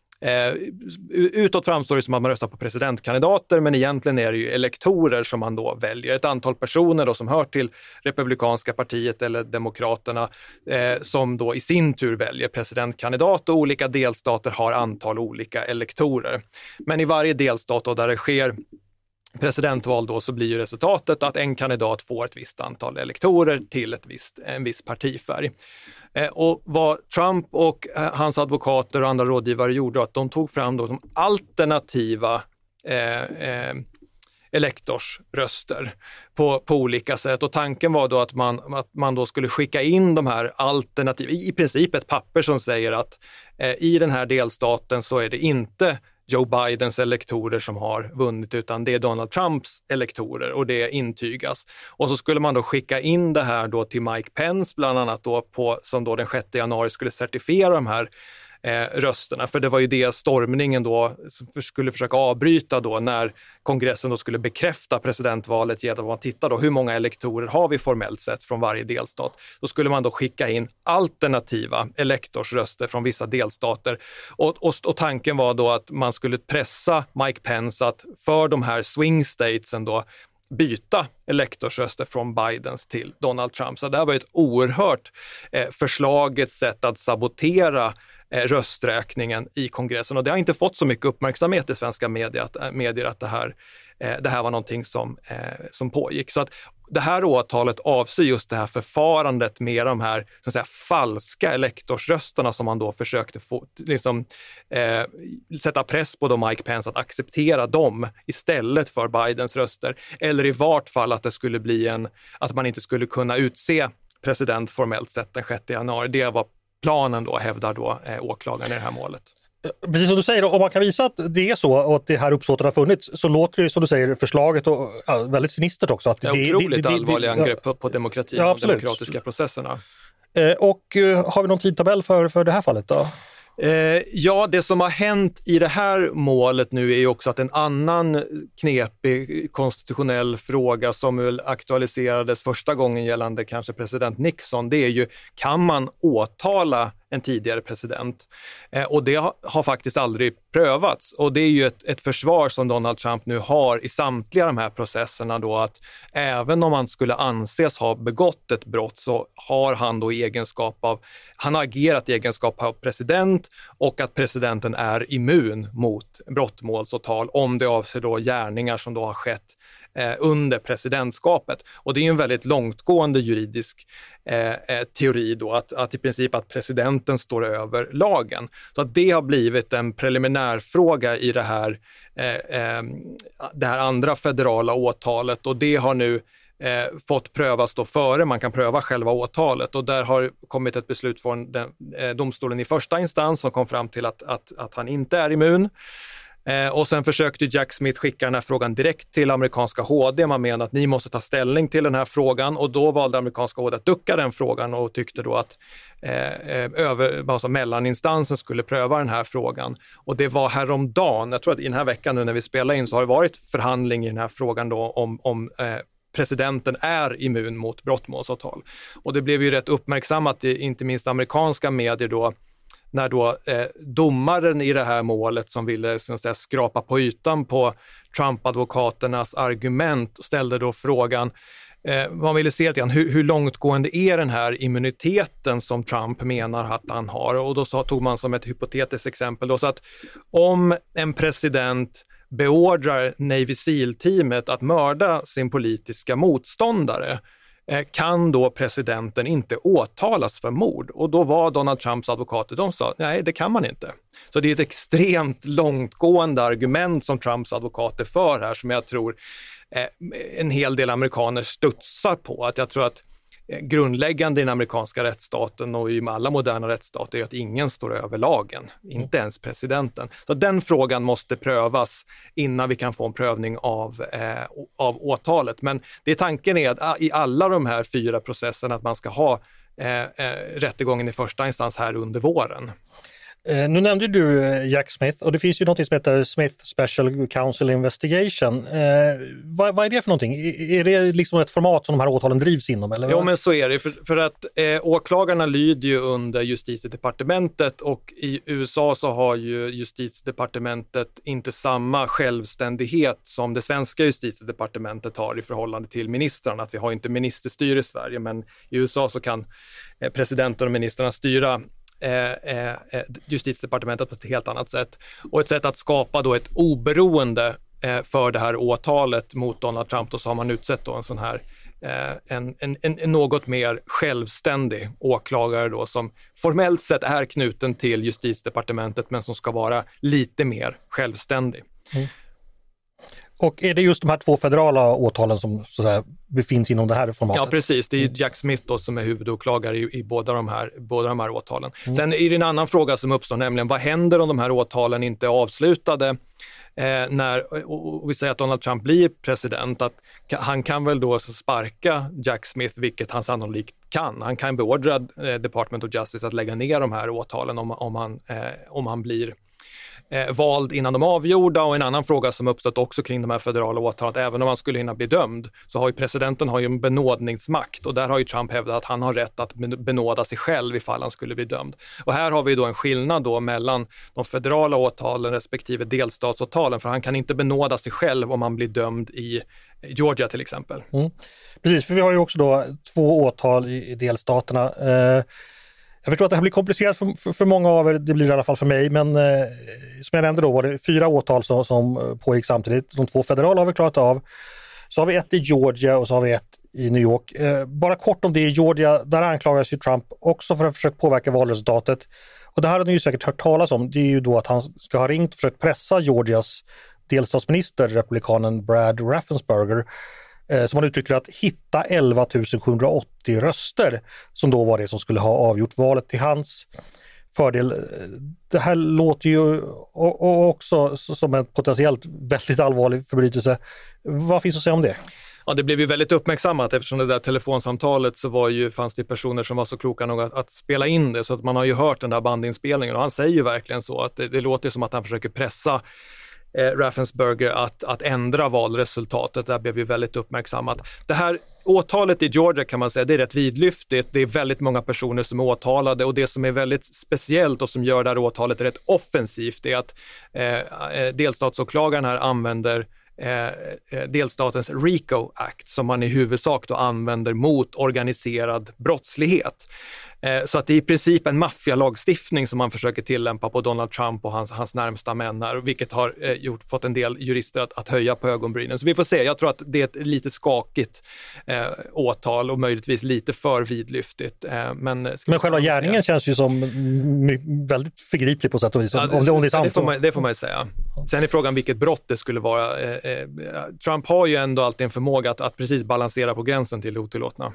utåt framstår det som att man röstar på presidentkandidater men egentligen är det ju elektorer som man då väljer. Ett antal personer då som hör till Republikanska partiet eller Demokraterna som då i sin tur väljer presidentkandidat och olika delstater har antal olika elektorer. Men i varje delstat då där det sker presidentval då så blir ju resultatet att en kandidat får ett visst antal elektorer till en viss partifärg. Och vad Trump och hans advokater och andra rådgivare gjorde att de tog fram då som alternativa elektorsröster på olika sätt och tanken var då att man då skulle skicka in de här alternativ i princip ett papper som säger att i den här delstaten så är det inte Joe Bidens elektorer som har vunnit, utan det är Donald Trumps elektorer och det intygas. Och så skulle man då skicka in det här då till Mike Pence bland annat då som då den 6 januari skulle certifiera de här rösterna, för det var ju det stormningen då skulle försöka avbryta då när kongressen då skulle bekräfta presidentvalet genom att titta då hur många elektorer har vi formellt sett från varje delstat. Då skulle man då skicka in alternativa elektorsröster från vissa delstater och tanken var då att man skulle pressa Mike Pence att för de här swing statesen då byta elektorsröster från Bidens till Donald Trump. Så det här var ett oerhört förslaget sätt att sabotera rösträkningen i kongressen, och det har inte fått så mycket uppmärksamhet i svenska medier att det här var någonting som pågick. Så att det här åtalet avser just det här förfarandet med de här så att säga, falska elektorsrösterna som man då försökte få, sätta press på då Mike Pence att acceptera dem istället för Bidens röster, eller i vart fall att det skulle bli att man inte skulle kunna utse president formellt sett den 6 januari. Det var planen då, hävdar då åklagaren i det här målet. Precis som du säger, om man kan visa att det är så och att det här uppsåtet har funnits, så låter det som du säger förslaget och väldigt sinistert också. Att det är otroligt allvarliga angrepp på demokratin och de demokratiska processerna. Och har vi någon tidtabell för det här fallet då? Ja, det som har hänt i det här målet nu är ju också att en annan knepig konstitutionell fråga som väl aktualiserades första gången gällande kanske president Nixon, det är ju, kan man åtala en tidigare president? Och det har faktiskt aldrig prövats, och det är ju ett försvar som Donald Trump nu har i samtliga de här processerna då, att även om man skulle anses ha begått ett brott så har han då han har agerat i egenskap av president, och att presidenten är immun mot brottmålsåtal om det avser då gärningar som då har skett under presidentskapet. Och det är en väldigt långtgående juridisk teori då, att i princip att presidenten står över lagen. Så att det har blivit en preliminärfråga i det här andra federala åtalet, och det har nu fått prövas då före man kan pröva själva åtalet, och där har kommit ett beslut från domstolen i första instans som kom fram till att han inte är immun. Och sen försökte Jack Smith skicka den här frågan direkt till amerikanska HD. Man menar att ni måste ta ställning till den här frågan, och då valde amerikanska HD att ducka den frågan och tyckte då att mellaninstansen skulle pröva den här frågan. Och det var häromdagen, jag tror att i den här veckan nu när vi spelar in så har det varit förhandling i den här frågan då om presidenten är immun mot brottmålsåtal. Och det blev ju rätt uppmärksammat i inte minst amerikanska medier då, när då domaren i det här målet som ville så att säga, skrapa på ytan på Trump-advokaternas argument ställde då frågan, man ville se lite grann hur långtgående är den här immuniteten som Trump menar att han har, och då tog man som ett hypotetiskt exempel då, så att om en president beordrar Navy SEAL-teamet att mörda sin politiska motståndare, kan då presidenten inte åtalas för mord? Och då var Donald Trumps advokater, de sa nej, det kan man inte. Så det är ett extremt långtgående argument som Trumps advokater för här, som jag tror en hel del amerikaner studsar på. Att jag tror att grundläggande i den amerikanska rättsstaten och i alla moderna rättsstater är att ingen står över lagen, inte ens presidenten. Så den frågan måste prövas innan vi kan få en prövning av åtalet. Men tanken är att i alla de här 4 processerna att man ska ha rättegången i första instans här under våren. Nu nämnde du Jack Smith, och det finns ju något som heter Smith Special Counsel Investigation. Vad är det för någonting? Är det liksom ett format som de här åtalen drivs inom? Eller? Ja, men så är det. För att åklagarna lyder ju under justitiedepartementet, och i USA så har ju justitiedepartementet inte samma självständighet som det svenska justitiedepartementet har i förhållande till ministrarna. Att vi har inte ministerstyre i Sverige, men i USA så kan presidenten och ministrarna styra justitiedepartementet på ett helt annat sätt. Och ett sätt att skapa då ett oberoende för det här åtalet mot Donald Trump, och så har man utsett då en sån här en något mer självständig åklagare då, som formellt sett är knuten till justitiedepartementet men som ska vara lite mer självständig. Och är det just de här två federala åtalen som så att säga, befinns inom det här formatet? Ja, precis. Det är ju Jack Smith då som är huvudåklagare i båda de här åtalen. Sen är det en annan fråga som uppstår, nämligen vad händer om de här åtalen inte är avslutade och vi säger att Donald Trump blir president, att han kan väl då sparka Jack Smith, vilket han sannolikt kan. Han kan beordra Department of Justice att lägga ner de här åtalen om han blir vald innan de är avgjorda. Och en annan fråga som uppstått också kring de här federala åtalen, att även om han skulle hinna bli dömd så har ju presidenten en benådningsmakt, och där har ju Trump hävdat att han har rätt att benåda sig själv ifall han skulle bli dömd. Och här har vi då en skillnad då mellan de federala åtalen respektive delstatsåtalen, för han kan inte benåda sig själv om han blir dömd i Georgia till exempel. Precis, för vi har ju också då 2 åtal i delstaterna. Jag förstår att det här blir komplicerat för många av er, det blir i alla fall för mig, men som jag nämnde då var det 4 åtal som pågick samtidigt. De 2 federala har vi klarat av. Så har vi ett i Georgia och så har vi ett i New York. Bara kort om det i Georgia, där anklagas ju Trump också för att försöka påverka valresultatet. Och det här har ni ju säkert hört talas om, det är ju då att han ska ha ringt och försökt pressa Georgias delstatsminister, republikanen Brad Raffensperger, som han uttrycker att hitta 11 780 röster som då var det som skulle ha avgjort valet till hans fördel. Det här låter ju också som en potentiellt väldigt allvarlig förbrytelse. Vad finns att säga om det? Ja, det blev ju väldigt uppmärksammat eftersom det där telefonsamtalet så fanns det personer som var så kloka nog att spela in det, så att man har ju hört den där bandinspelningen, och han säger ju verkligen så att det låter som att han försöker pressa Raffensperger att ändra valresultatet. Det blev ju väldigt uppmärksammat. Det här åtalet i Georgia kan man säga, det är rätt vidlyftigt. Det är väldigt många personer som är åtalade, och det som är väldigt speciellt och som gör det här åtalet rätt offensivt är att delstatsåklagaren här använder delstatens RICO Act som man i huvudsak då använder mot organiserad brottslighet. Så att det är i princip en maffialagstiftning som man försöker tillämpa på Donald Trump och hans närmsta män här, vilket har fått en del jurister att höja på ögonbrynen. Så vi får se, jag tror att det är ett lite skakigt åtal och möjligtvis lite för vidlyftigt. Men själva gärningen känns ju som väldigt förgriplig på sätt och vis, om det är sant. Det får man ju säga. Sen är frågan vilket brott det skulle vara. Trump har ju ändå alltid en förmåga att precis balansera på gränsen till det otillåtna.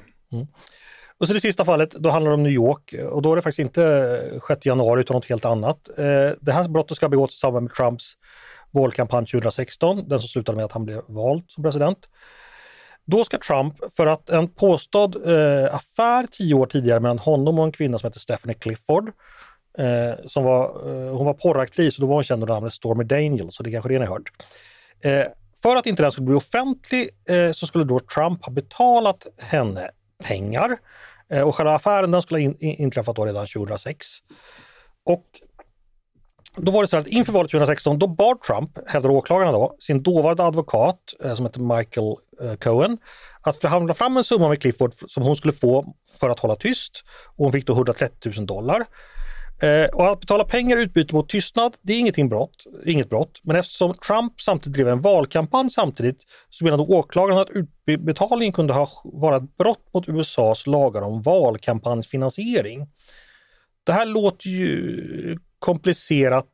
Och så det sista fallet, då handlar det om New York, och då är det faktiskt inte 6 januari utan något helt annat. Det här brottet ska begås i samband med Trumps valkampanj 2016, den som slutade med att han blev vald som president. Då ska Trump, för att en påstådd affär 10 år tidigare mellan honom och en kvinna som heter Stephanie Clifford, hon var porraktris, och då var hon känd under namnet Stormy Daniels, så det kanske det ni har hört. För att inte den skulle bli offentlig så skulle då Trump ha betalat henne pengar, och själva affären den skulle ha inträffat då redan 2006. Och då var det så att inför valet 2016 då bad Trump, hävdar åklagarna då, sin dåvarande advokat som heter Michael Cohen, att förhandla fram en summa med Clifford som hon skulle få för att hålla tyst, och hon fick då $130 000. Och att betala pengar i utbyte mot tystnad, det är inget brott. Men eftersom Trump samtidigt drev en valkampanj samtidigt, så menade åklagaren att utbetalningen kunde vara ett brott mot USAs lagar om valkampanjfinansiering. Det här låter ju komplicerat.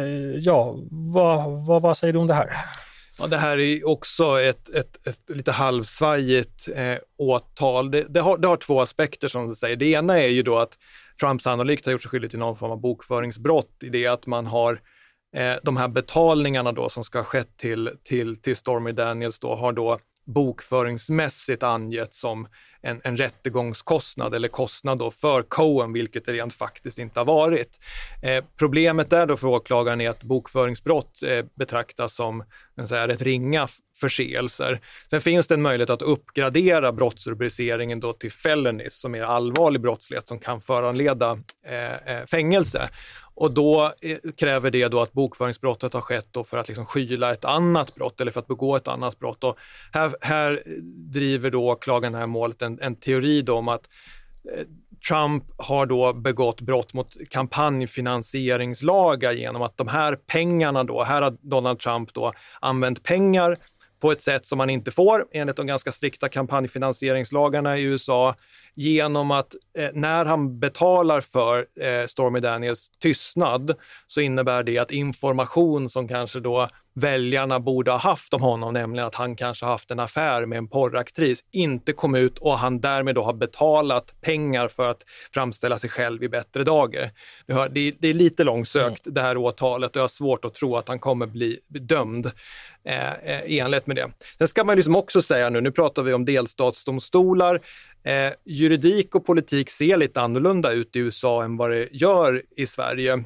Vad säger du om det här? Ja, det här är också ett lite halvsvajigt åtal. Det har 2 aspekter som du säger. Det ena är ju då att Trump sannolikt har gjort sig skyldig till någon form av bokföringsbrott i det att man har de här betalningarna då som ska ha skett till Stormy Daniels då har då bokföringsmässigt angett som en rättegångskostnad eller kostnad då för Cohen, vilket det rent faktiskt inte har varit. Problemet där då för åklagaren är att bokföringsbrott betraktas som rätt ringa förseelser. Sen finns det en möjlighet att uppgradera brottsrubriceringen då till felonies, som är allvarlig brottslighet som kan föranleda fängelse. Och då kräver det då att bokföringsbrottet har skett då för att liksom skyla ett annat brott eller för att begå ett annat brott. Och här driver då åklagaren här målet en teori då om att Trump har då begått brott mot kampanjfinansieringslagar genom att de här pengarna då, här har Donald Trump då använt pengar på ett sätt som man inte får enligt de ganska strikta kampanjfinansieringslagarna i USA, genom att när han betalar för Stormy Daniels tystnad så innebär det att information som kanske då väljarna borde ha haft om honom, nämligen att han kanske haft en affär med en porraktris, inte kom ut och han därmed då har betalat pengar för att framställa sig själv i bättre dagar. Det är lite långsökt det här åtalet och jag har svårt att tro att han kommer bli dömd i enlighet med det. Sen ska man liksom också säga nu pratar vi om delstatsdomstolar. Juridik och politik ser lite annorlunda ut i USA än vad det gör i Sverige.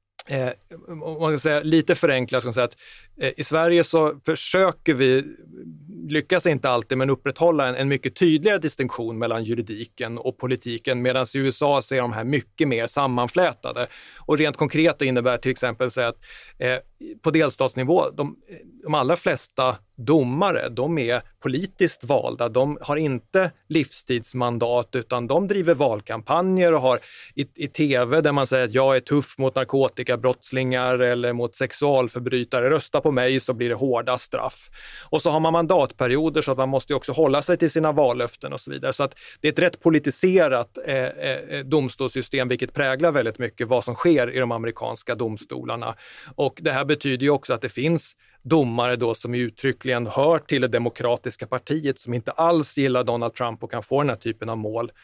Om man ska säga lite förenklat, ska man säga att i Sverige så försöker vi, lyckas inte alltid, men upprätthålla en mycket tydligare distinktion mellan juridiken och politiken, medan i USA så är de här mycket mer sammanflätade. Och rent konkret innebär till exempel så att på delstatsnivå, de allra flesta domare, de är politiskt valda. De har inte livstidsmandat utan de driver valkampanjer och har i tv där man säger att jag är tuff mot narkotikabrottslingar eller mot sexualförbrytare, rösta på mig så blir det hårda straff. Och så har man mandatperioder så att man måste också hålla sig till sina vallöften och så vidare. Så att det är ett rätt politiserat domstolssystem, vilket präglar väldigt mycket vad som sker i de amerikanska domstolarna. Och det här betyder ju också att det finns domare då som uttryckligen hör till det demokratiska partiet som inte alls gillar Donald Trump och kan få den här typen av mål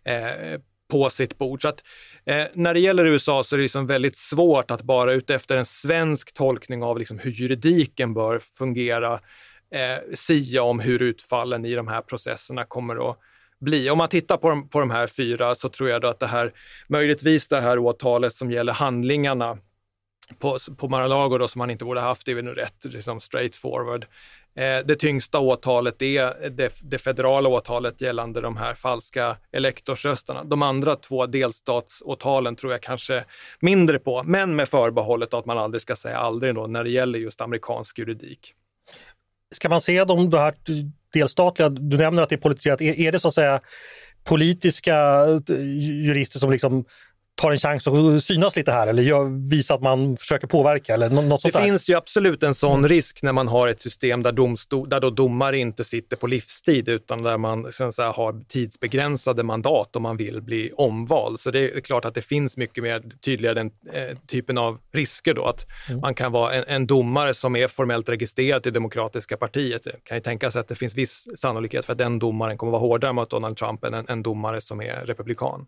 på sitt bord. Så att när det gäller USA så är det liksom väldigt svårt att bara utefter en svensk tolkning av liksom hur juridiken bör fungera sia om hur utfallen i de här processerna kommer att bli. Om man tittar på de här 4 så tror jag då att det här, möjligtvis det här åtalet som gäller handlingarna på Mar-a-Lago då, som man inte borde haft, det är väl rätt liksom straight forward. Det tyngsta åtalet är det federala åtalet gällande de här falska elektorsrösterna. De andra 2 delstatsåtalen tror jag kanske mindre på, men med förbehållet att man aldrig ska säga aldrig då när det gäller just amerikansk juridik. Ska man se det här delstatliga, du nämner att det är politiserat, är det så att säga politiska jurister som liksom tar en chans att synas lite här eller visar att man försöker påverka eller något sånt där? Det finns ju absolut en sån risk när man har ett system där då domare inte sitter på livstid utan där man så att säga, har tidsbegränsade mandat om man vill bli omvald. Så det är klart att det finns mycket mer tydligare den typen av risker då, att man kan vara en domare som är formellt registrerad i Demokratiska partiet. Det kan ju tänka sig att det finns viss sannolikhet för att den domaren kommer vara hårdare mot Donald Trump än en domare som är republikan.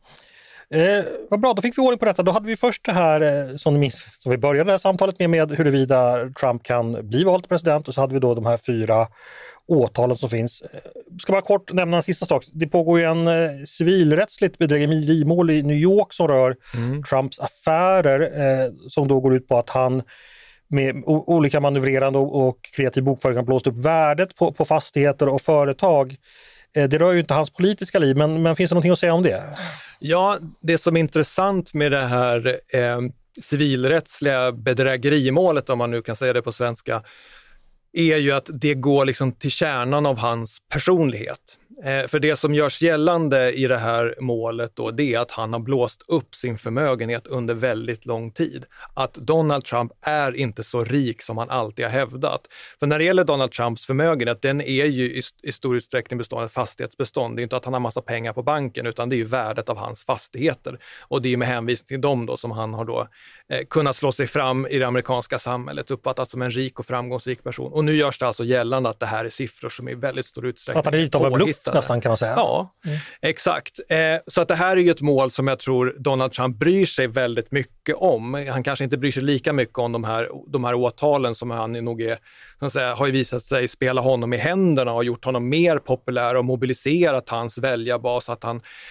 Vad bra, då fick vi ordning på detta. Då hade vi först det här som vi började det här samtalet med huruvida Trump kan bli vald till president, och så hade vi då de här 4 åtalen som finns. Ska bara kort nämna en sista sak. Det pågår ju en civilrättsligt bedrägerimål i New York som rör Trumps affärer som då går ut på att han med olika manövrerande och kreativ bokföring har blåst upp värdet på fastigheter och företag. Det rör ju inte hans politiska liv, men finns det någonting att säga om det? Ja, det som är intressant med det här civilrättsliga bedrägerimålet, om man nu kan säga det på svenska, är ju att det går liksom till kärnan av hans personlighet. För det som görs gällande i det här målet då, det är att han har blåst upp sin förmögenhet under väldigt lång tid. Att Donald Trump är inte så rik som han alltid har hävdat. För när det gäller Donald Trumps förmögenhet, den är ju i stor utsträckning bestående av fastighetsbestånd. Det är inte att han har massa pengar på banken, utan det är ju värdet av hans fastigheter. Och det är med hänvisning till dem då som han har då kunnat slå sig fram i det amerikanska samhället, uppfattats som en rik och framgångsrik person. Och nu görs det alltså gällande att det här är siffror som i väldigt stor utsträckning att han är lite av en bluff nästan, kan man säga. Ja, exakt. Så att det här är ju ett mål som jag tror Donald Trump bryr sig väldigt mycket om. Han kanske inte bryr sig lika mycket om de här åtalen som han nog är, så att säga, har ju visat sig spela honom i händerna och gjort honom mer populär och mobiliserat hans väljarbas. Att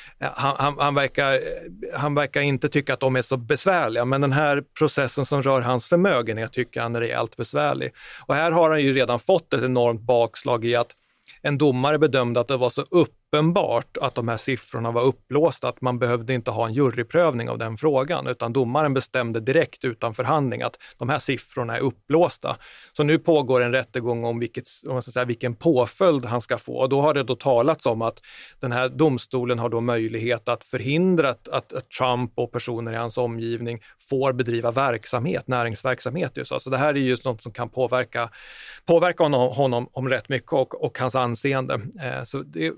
han verkar inte tycka att de är så besvärliga, men den här processen som rör hans förmögenhet tycker han är rejält besvärlig. Och här har han ju redan fått ett enormt bakslag i att en domare bedömde att det var så uppenbart att de här siffrorna var uppblåsta att man behövde inte ha en juryprövning av den frågan, utan domaren bestämde direkt utan förhandling att de här siffrorna är uppblåsta. Så nu pågår en rättegång om vilken påföljd han ska få, och då har det då talats om att den här domstolen har då möjlighet att förhindra att Trump och personer i hans omgivning får bedriva näringsverksamhet i USA. Så det här är ju något som kan påverka honom om rätt mycket och hans anseende. Så det är väldigt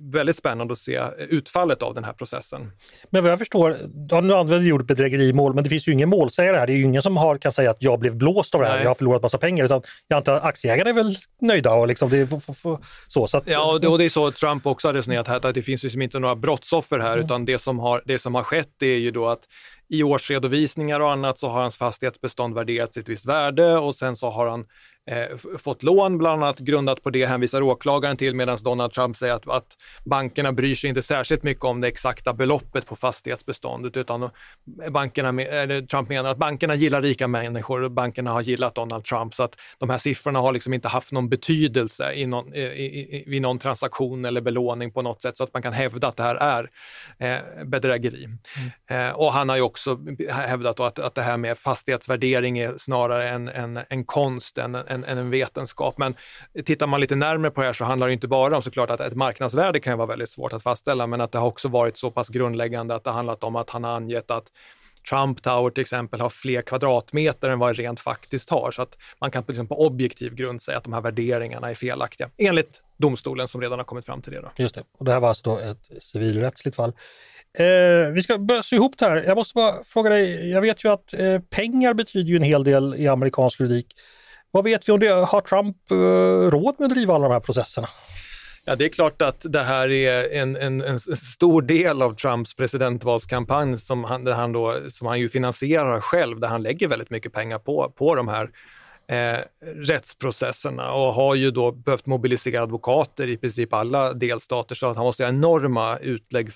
spännande att se utfallet av den här processen. Men vad jag förstår, nu använder du ordet bedrägerimål, men det finns ju ingen målsägare här. Det är ju ingen som kan säga att jag blev blåst av det här, jag har förlorat massa pengar, utan jag antar att aktieägarna är väl nöjda och liksom det så att... Ja, och det är så att Trump också har resonerat här, att det finns ju som inte några brottsoffer här, utan det som har skett är ju då att i årsredovisningar och annat så har hans fastighetsbestånd värderats i ett visst värde och sen så har han fått lån bland annat grundat på det, hänvisar åklagaren till, medan Donald Trump säger att bankerna bryr sig inte särskilt mycket om det exakta beloppet på fastighetsbeståndet, utan Trump menar att bankerna gillar rika människor och bankerna har gillat Donald Trump, så att de här siffrorna har liksom inte haft någon betydelse vid någon transaktion eller belåning på något sätt, så att man kan hävda att det här är bedrägeri. Och han har ju också hävdat att det här med fastighetsvärdering är snarare en konst än en vetenskap. Men tittar man lite närmare på det här så handlar det inte bara om såklart att ett marknadsvärde kan vara väldigt svårt att fastställa, men att det har också varit så pass grundläggande att det handlat om att han har angett att Trump Tower till exempel har fler kvadratmeter än vad det rent faktiskt har, så att man kan på objektiv grund säga att de här värderingarna är felaktiga enligt domstolen som redan har kommit fram till det. Då. Just det, och det här var alltså då ett civilrättsligt fall. Vi ska börja sy ihop det här. Jag måste bara fråga dig, jag vet ju att pengar betyder ju en hel del i amerikansk juridik. Vad vet vi om det? Har Trump råd med att driva alla de här processerna? Ja, det är klart att det här är en stor del av Trumps presidentvalskampanj som han ju finansierar själv, där han lägger väldigt mycket pengar på de här rättsprocesserna och har ju då behövt mobilisera advokater i princip alla delstater, så att han måste ha enorma utlägg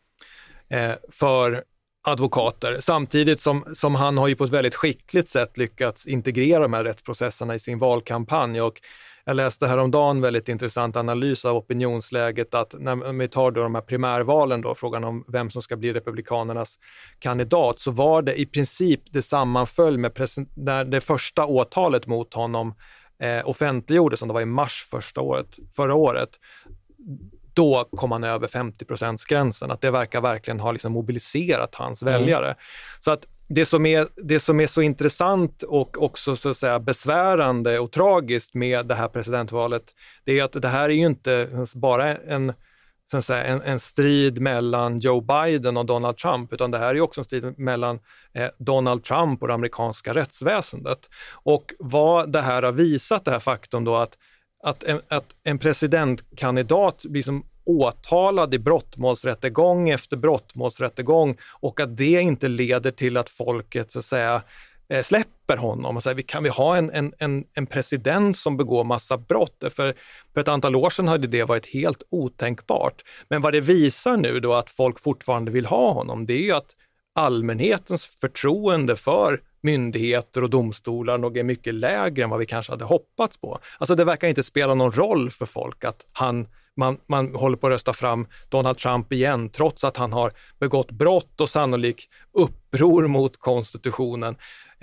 för advokater, samtidigt som han har ju på ett väldigt skickligt sätt lyckats integrera de här rättsprocesserna i sin valkampanj. Och jag läste häromdagen en väldigt intressant analys av opinionsläget, att när vi tar då de här primärvalen då, frågan om vem som ska bli republikanernas kandidat, så var det i princip det sammanföll med när det första åtalet mot honom offentliggjordes, som det var i mars förra året. Då kom han över 50%-gränsen, att det verkar verkligen ha liksom mobiliserat hans väljare. Så att det som är så intressant och också så att säga besvärande och tragiskt med det här presidentvalet, det är att det här är ju inte bara en strid mellan Joe Biden och Donald Trump, utan det här är också en strid mellan Donald Trump och det amerikanska rättsväsendet. Och vad det här har visat, det här faktum då att en presidentkandidat blir som åtalad i brottmålsrättegång efter brottmålsrättegång, och att det inte leder till att folket så att säga släpper honom och säger, kan vi ha en president som begår massa brott? För ett antal år sedan hade det varit helt otänkbart. Men vad det visar nu då, att folk fortfarande vill ha honom, det är ju att allmänhetens förtroende för myndigheter och domstolar nog är mycket lägre än vad vi kanske hade hoppats på. Alltså det verkar inte spela någon roll för folk att man håller på att rösta fram Donald Trump igen, trots att han har begått brott och sannolikt uppror mot konstitutionen.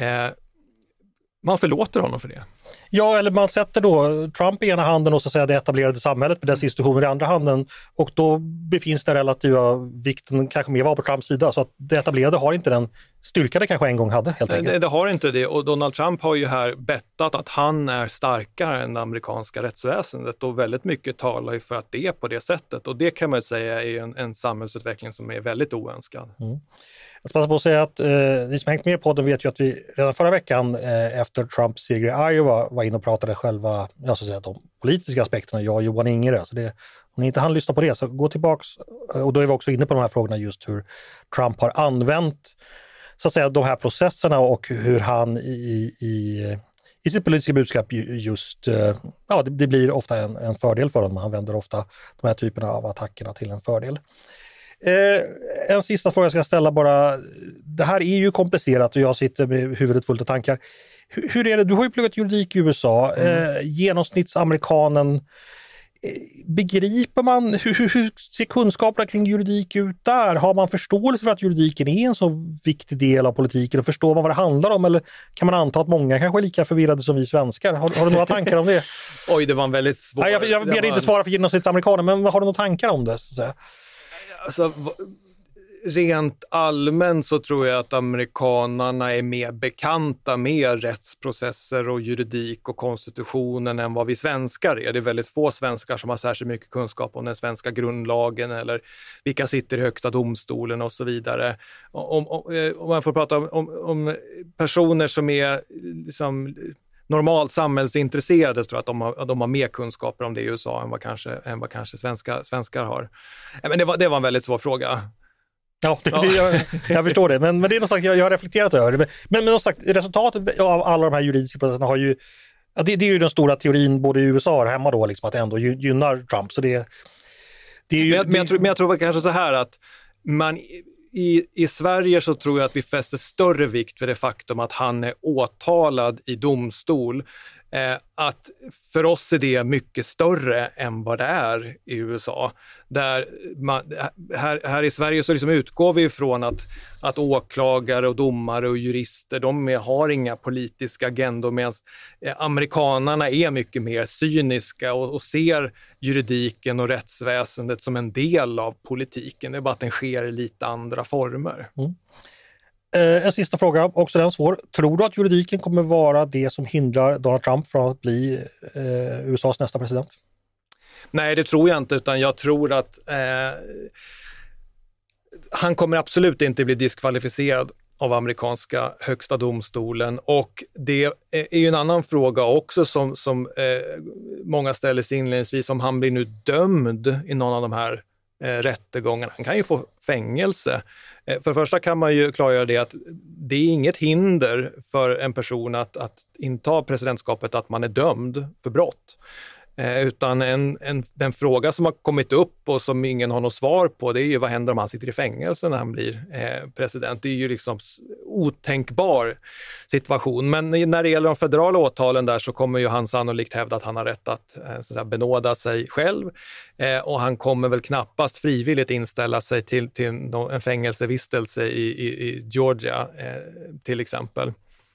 Man förlåter honom för det. Ja, eller man sätter då Trump i ena handen och så att säga det etablerade samhället med dess institutioner i andra handen, och då befinns den relativa vikten kanske mer vara på Trumps sida, så att det etablerade har inte den styrka det kanske en gång hade helt enkelt. Det har inte det, och Donald Trump har ju här bettat att han är starkare än det amerikanska rättsväsendet, och väldigt mycket talar ju för att det är på det sättet, och det kan man säga är en samhällsutveckling som är väldigt oönskad. Jag ska passa på att säga att ni som hängt med på podden vet ju att vi redan förra veckan efter Trumps seger i Iowa var inne och pratade själva, jag ska säga, de politiska aspekterna, jag och Johan Ingerö. Så det, om ni inte hann lyssna på det, så gå tillbaks, och då är vi också inne på de här frågorna, just hur Trump har använt så att säga de här processerna, och hur han i sitt politiska budskap just, ja, det blir ofta en fördel för honom. Han vänder ofta de här typerna av attackerna till en fördel. En sista fråga jag ska ställa bara. Det här är ju komplicerat och jag sitter med huvudet fullt av tankar. Hur är det? Du har ju pluggat juridik i USA. Genomsnittsamerikanen, begriper man, hur ser kunskaperna kring juridik ut där? Har man förståelse för att juridiken är en så viktig del av politiken, och förstår man vad det handlar om, eller kan man anta att många kanske är lika förvirrade som vi svenskar? Har du några tankar om det? Oj, det var en väldigt svår... Nej, jag ber dig inte svara för genomsnittsamerikanen, men har du några tankar om det? Så att säga? Alltså, rent allmänt så tror jag att amerikanerna är mer bekanta med rättsprocesser och juridik och konstitutionen än vad vi svenskar är. Det är väldigt få svenskar som har särskilt mycket kunskap om den svenska grundlagen eller vilka sitter i högsta domstolen och så vidare. Om man får prata om personer som är liksom normalt samhällsintresserade, tror jag att de har mer kunskaper om det i USA än vad kanske svenskar har. Men det var en väldigt svår fråga. Ja, jag förstår det. Men det är något sagt, jag har reflekterat över det. Men något sagt, resultatet av alla de här juridiska processerna har ju, ja, det är ju den stora teorin både i USA och hemma då, liksom, att det ändå gynnar Trump. Så det är ju, men jag tror kanske så här att man i Sverige så tror jag att vi fäster större vikt vid det faktum att han är åtalad i domstol. Att för oss är det mycket större än vad det är i USA. Där här i Sverige så liksom utgår vi ifrån att åklagare och domare och jurister, de har inga politiska agendor, medan amerikanerna är mycket mer cyniska och ser juridiken och rättsväsendet som en del av politiken. Det är bara att den sker i lite andra former. Mm. En sista fråga, också den svår. Tror du att juridiken kommer vara det som hindrar Donald Trump från att bli USAs nästa president? Nej, det tror jag inte, utan jag tror att han kommer absolut inte bli diskvalificerad av amerikanska högsta domstolen, och det är ju en annan fråga också som många ställer sig inledningsvis, om han blir nu dömd i någon av de här rättegångarna. Han kan ju få fängelse. För det första kan man ju klargöra det att det är inget hinder för en person att inta presidentskapet att man är dömd för brott. Utan den fråga som har kommit upp och som ingen har något svar på, det är ju vad händer om han sitter i fängelse när han blir president. Det är ju liksom otänkbar situation. Men när det gäller de federala åtalen där så kommer ju han sannolikt hävda att han har rätt att så att säga, benåda sig själv. Och han kommer väl knappast frivilligt inställa sig till en fängelsevistelse i Georgia till exempel.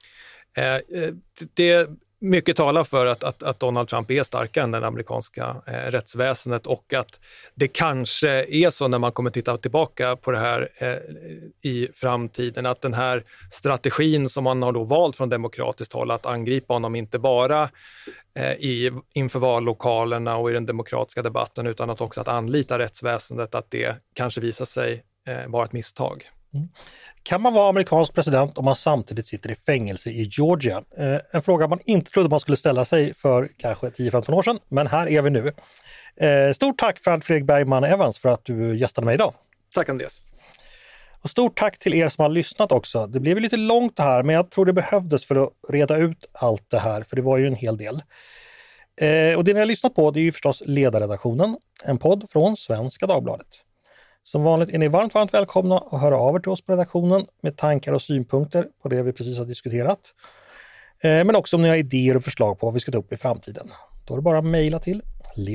Mycket talar för att Donald Trump är starkare än det amerikanska rättsväsendet, och att det kanske är så när man kommer titta tillbaka på det här i framtiden, att den här strategin som man har då valt från demokratiskt håll, att angripa honom inte bara inför vallokalerna och i den demokratiska debatten, utan att anlita rättsväsendet, att det kanske visar sig vara ett misstag. Mm. Kan man vara amerikansk president om man samtidigt sitter i fängelse i Georgia? En fråga man inte trodde man skulle ställa sig för kanske 10-15 år sedan, men här är vi nu. Stort tack Fredrik Bergman Evans för att du gästade mig idag. Tack Andreas. Och stort tack till er som har lyssnat också. Det blev lite långt det här, men jag tror det behövdes för att reda ut allt det här, för det var ju en hel del. Och det ni har lyssnat på, det är ju förstås Ledarredaktionen, en podd från Svenska Dagbladet. Som vanligt är ni varmt välkomna att höra av er till oss på redaktionen med tankar och synpunkter på det vi precis har diskuterat. Men också om ni har idéer och förslag på vad vi ska ta upp i framtiden. Då är det bara att mejla till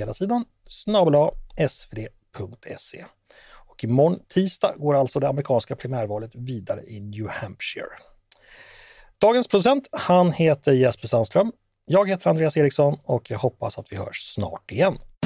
ledarsidan@svd.se. Och imorgon tisdag går alltså det amerikanska primärvalet vidare i New Hampshire. Dagens producent, han heter Jesper Sandström. Jag heter Andreas Eriksson och jag hoppas att vi hörs snart igen.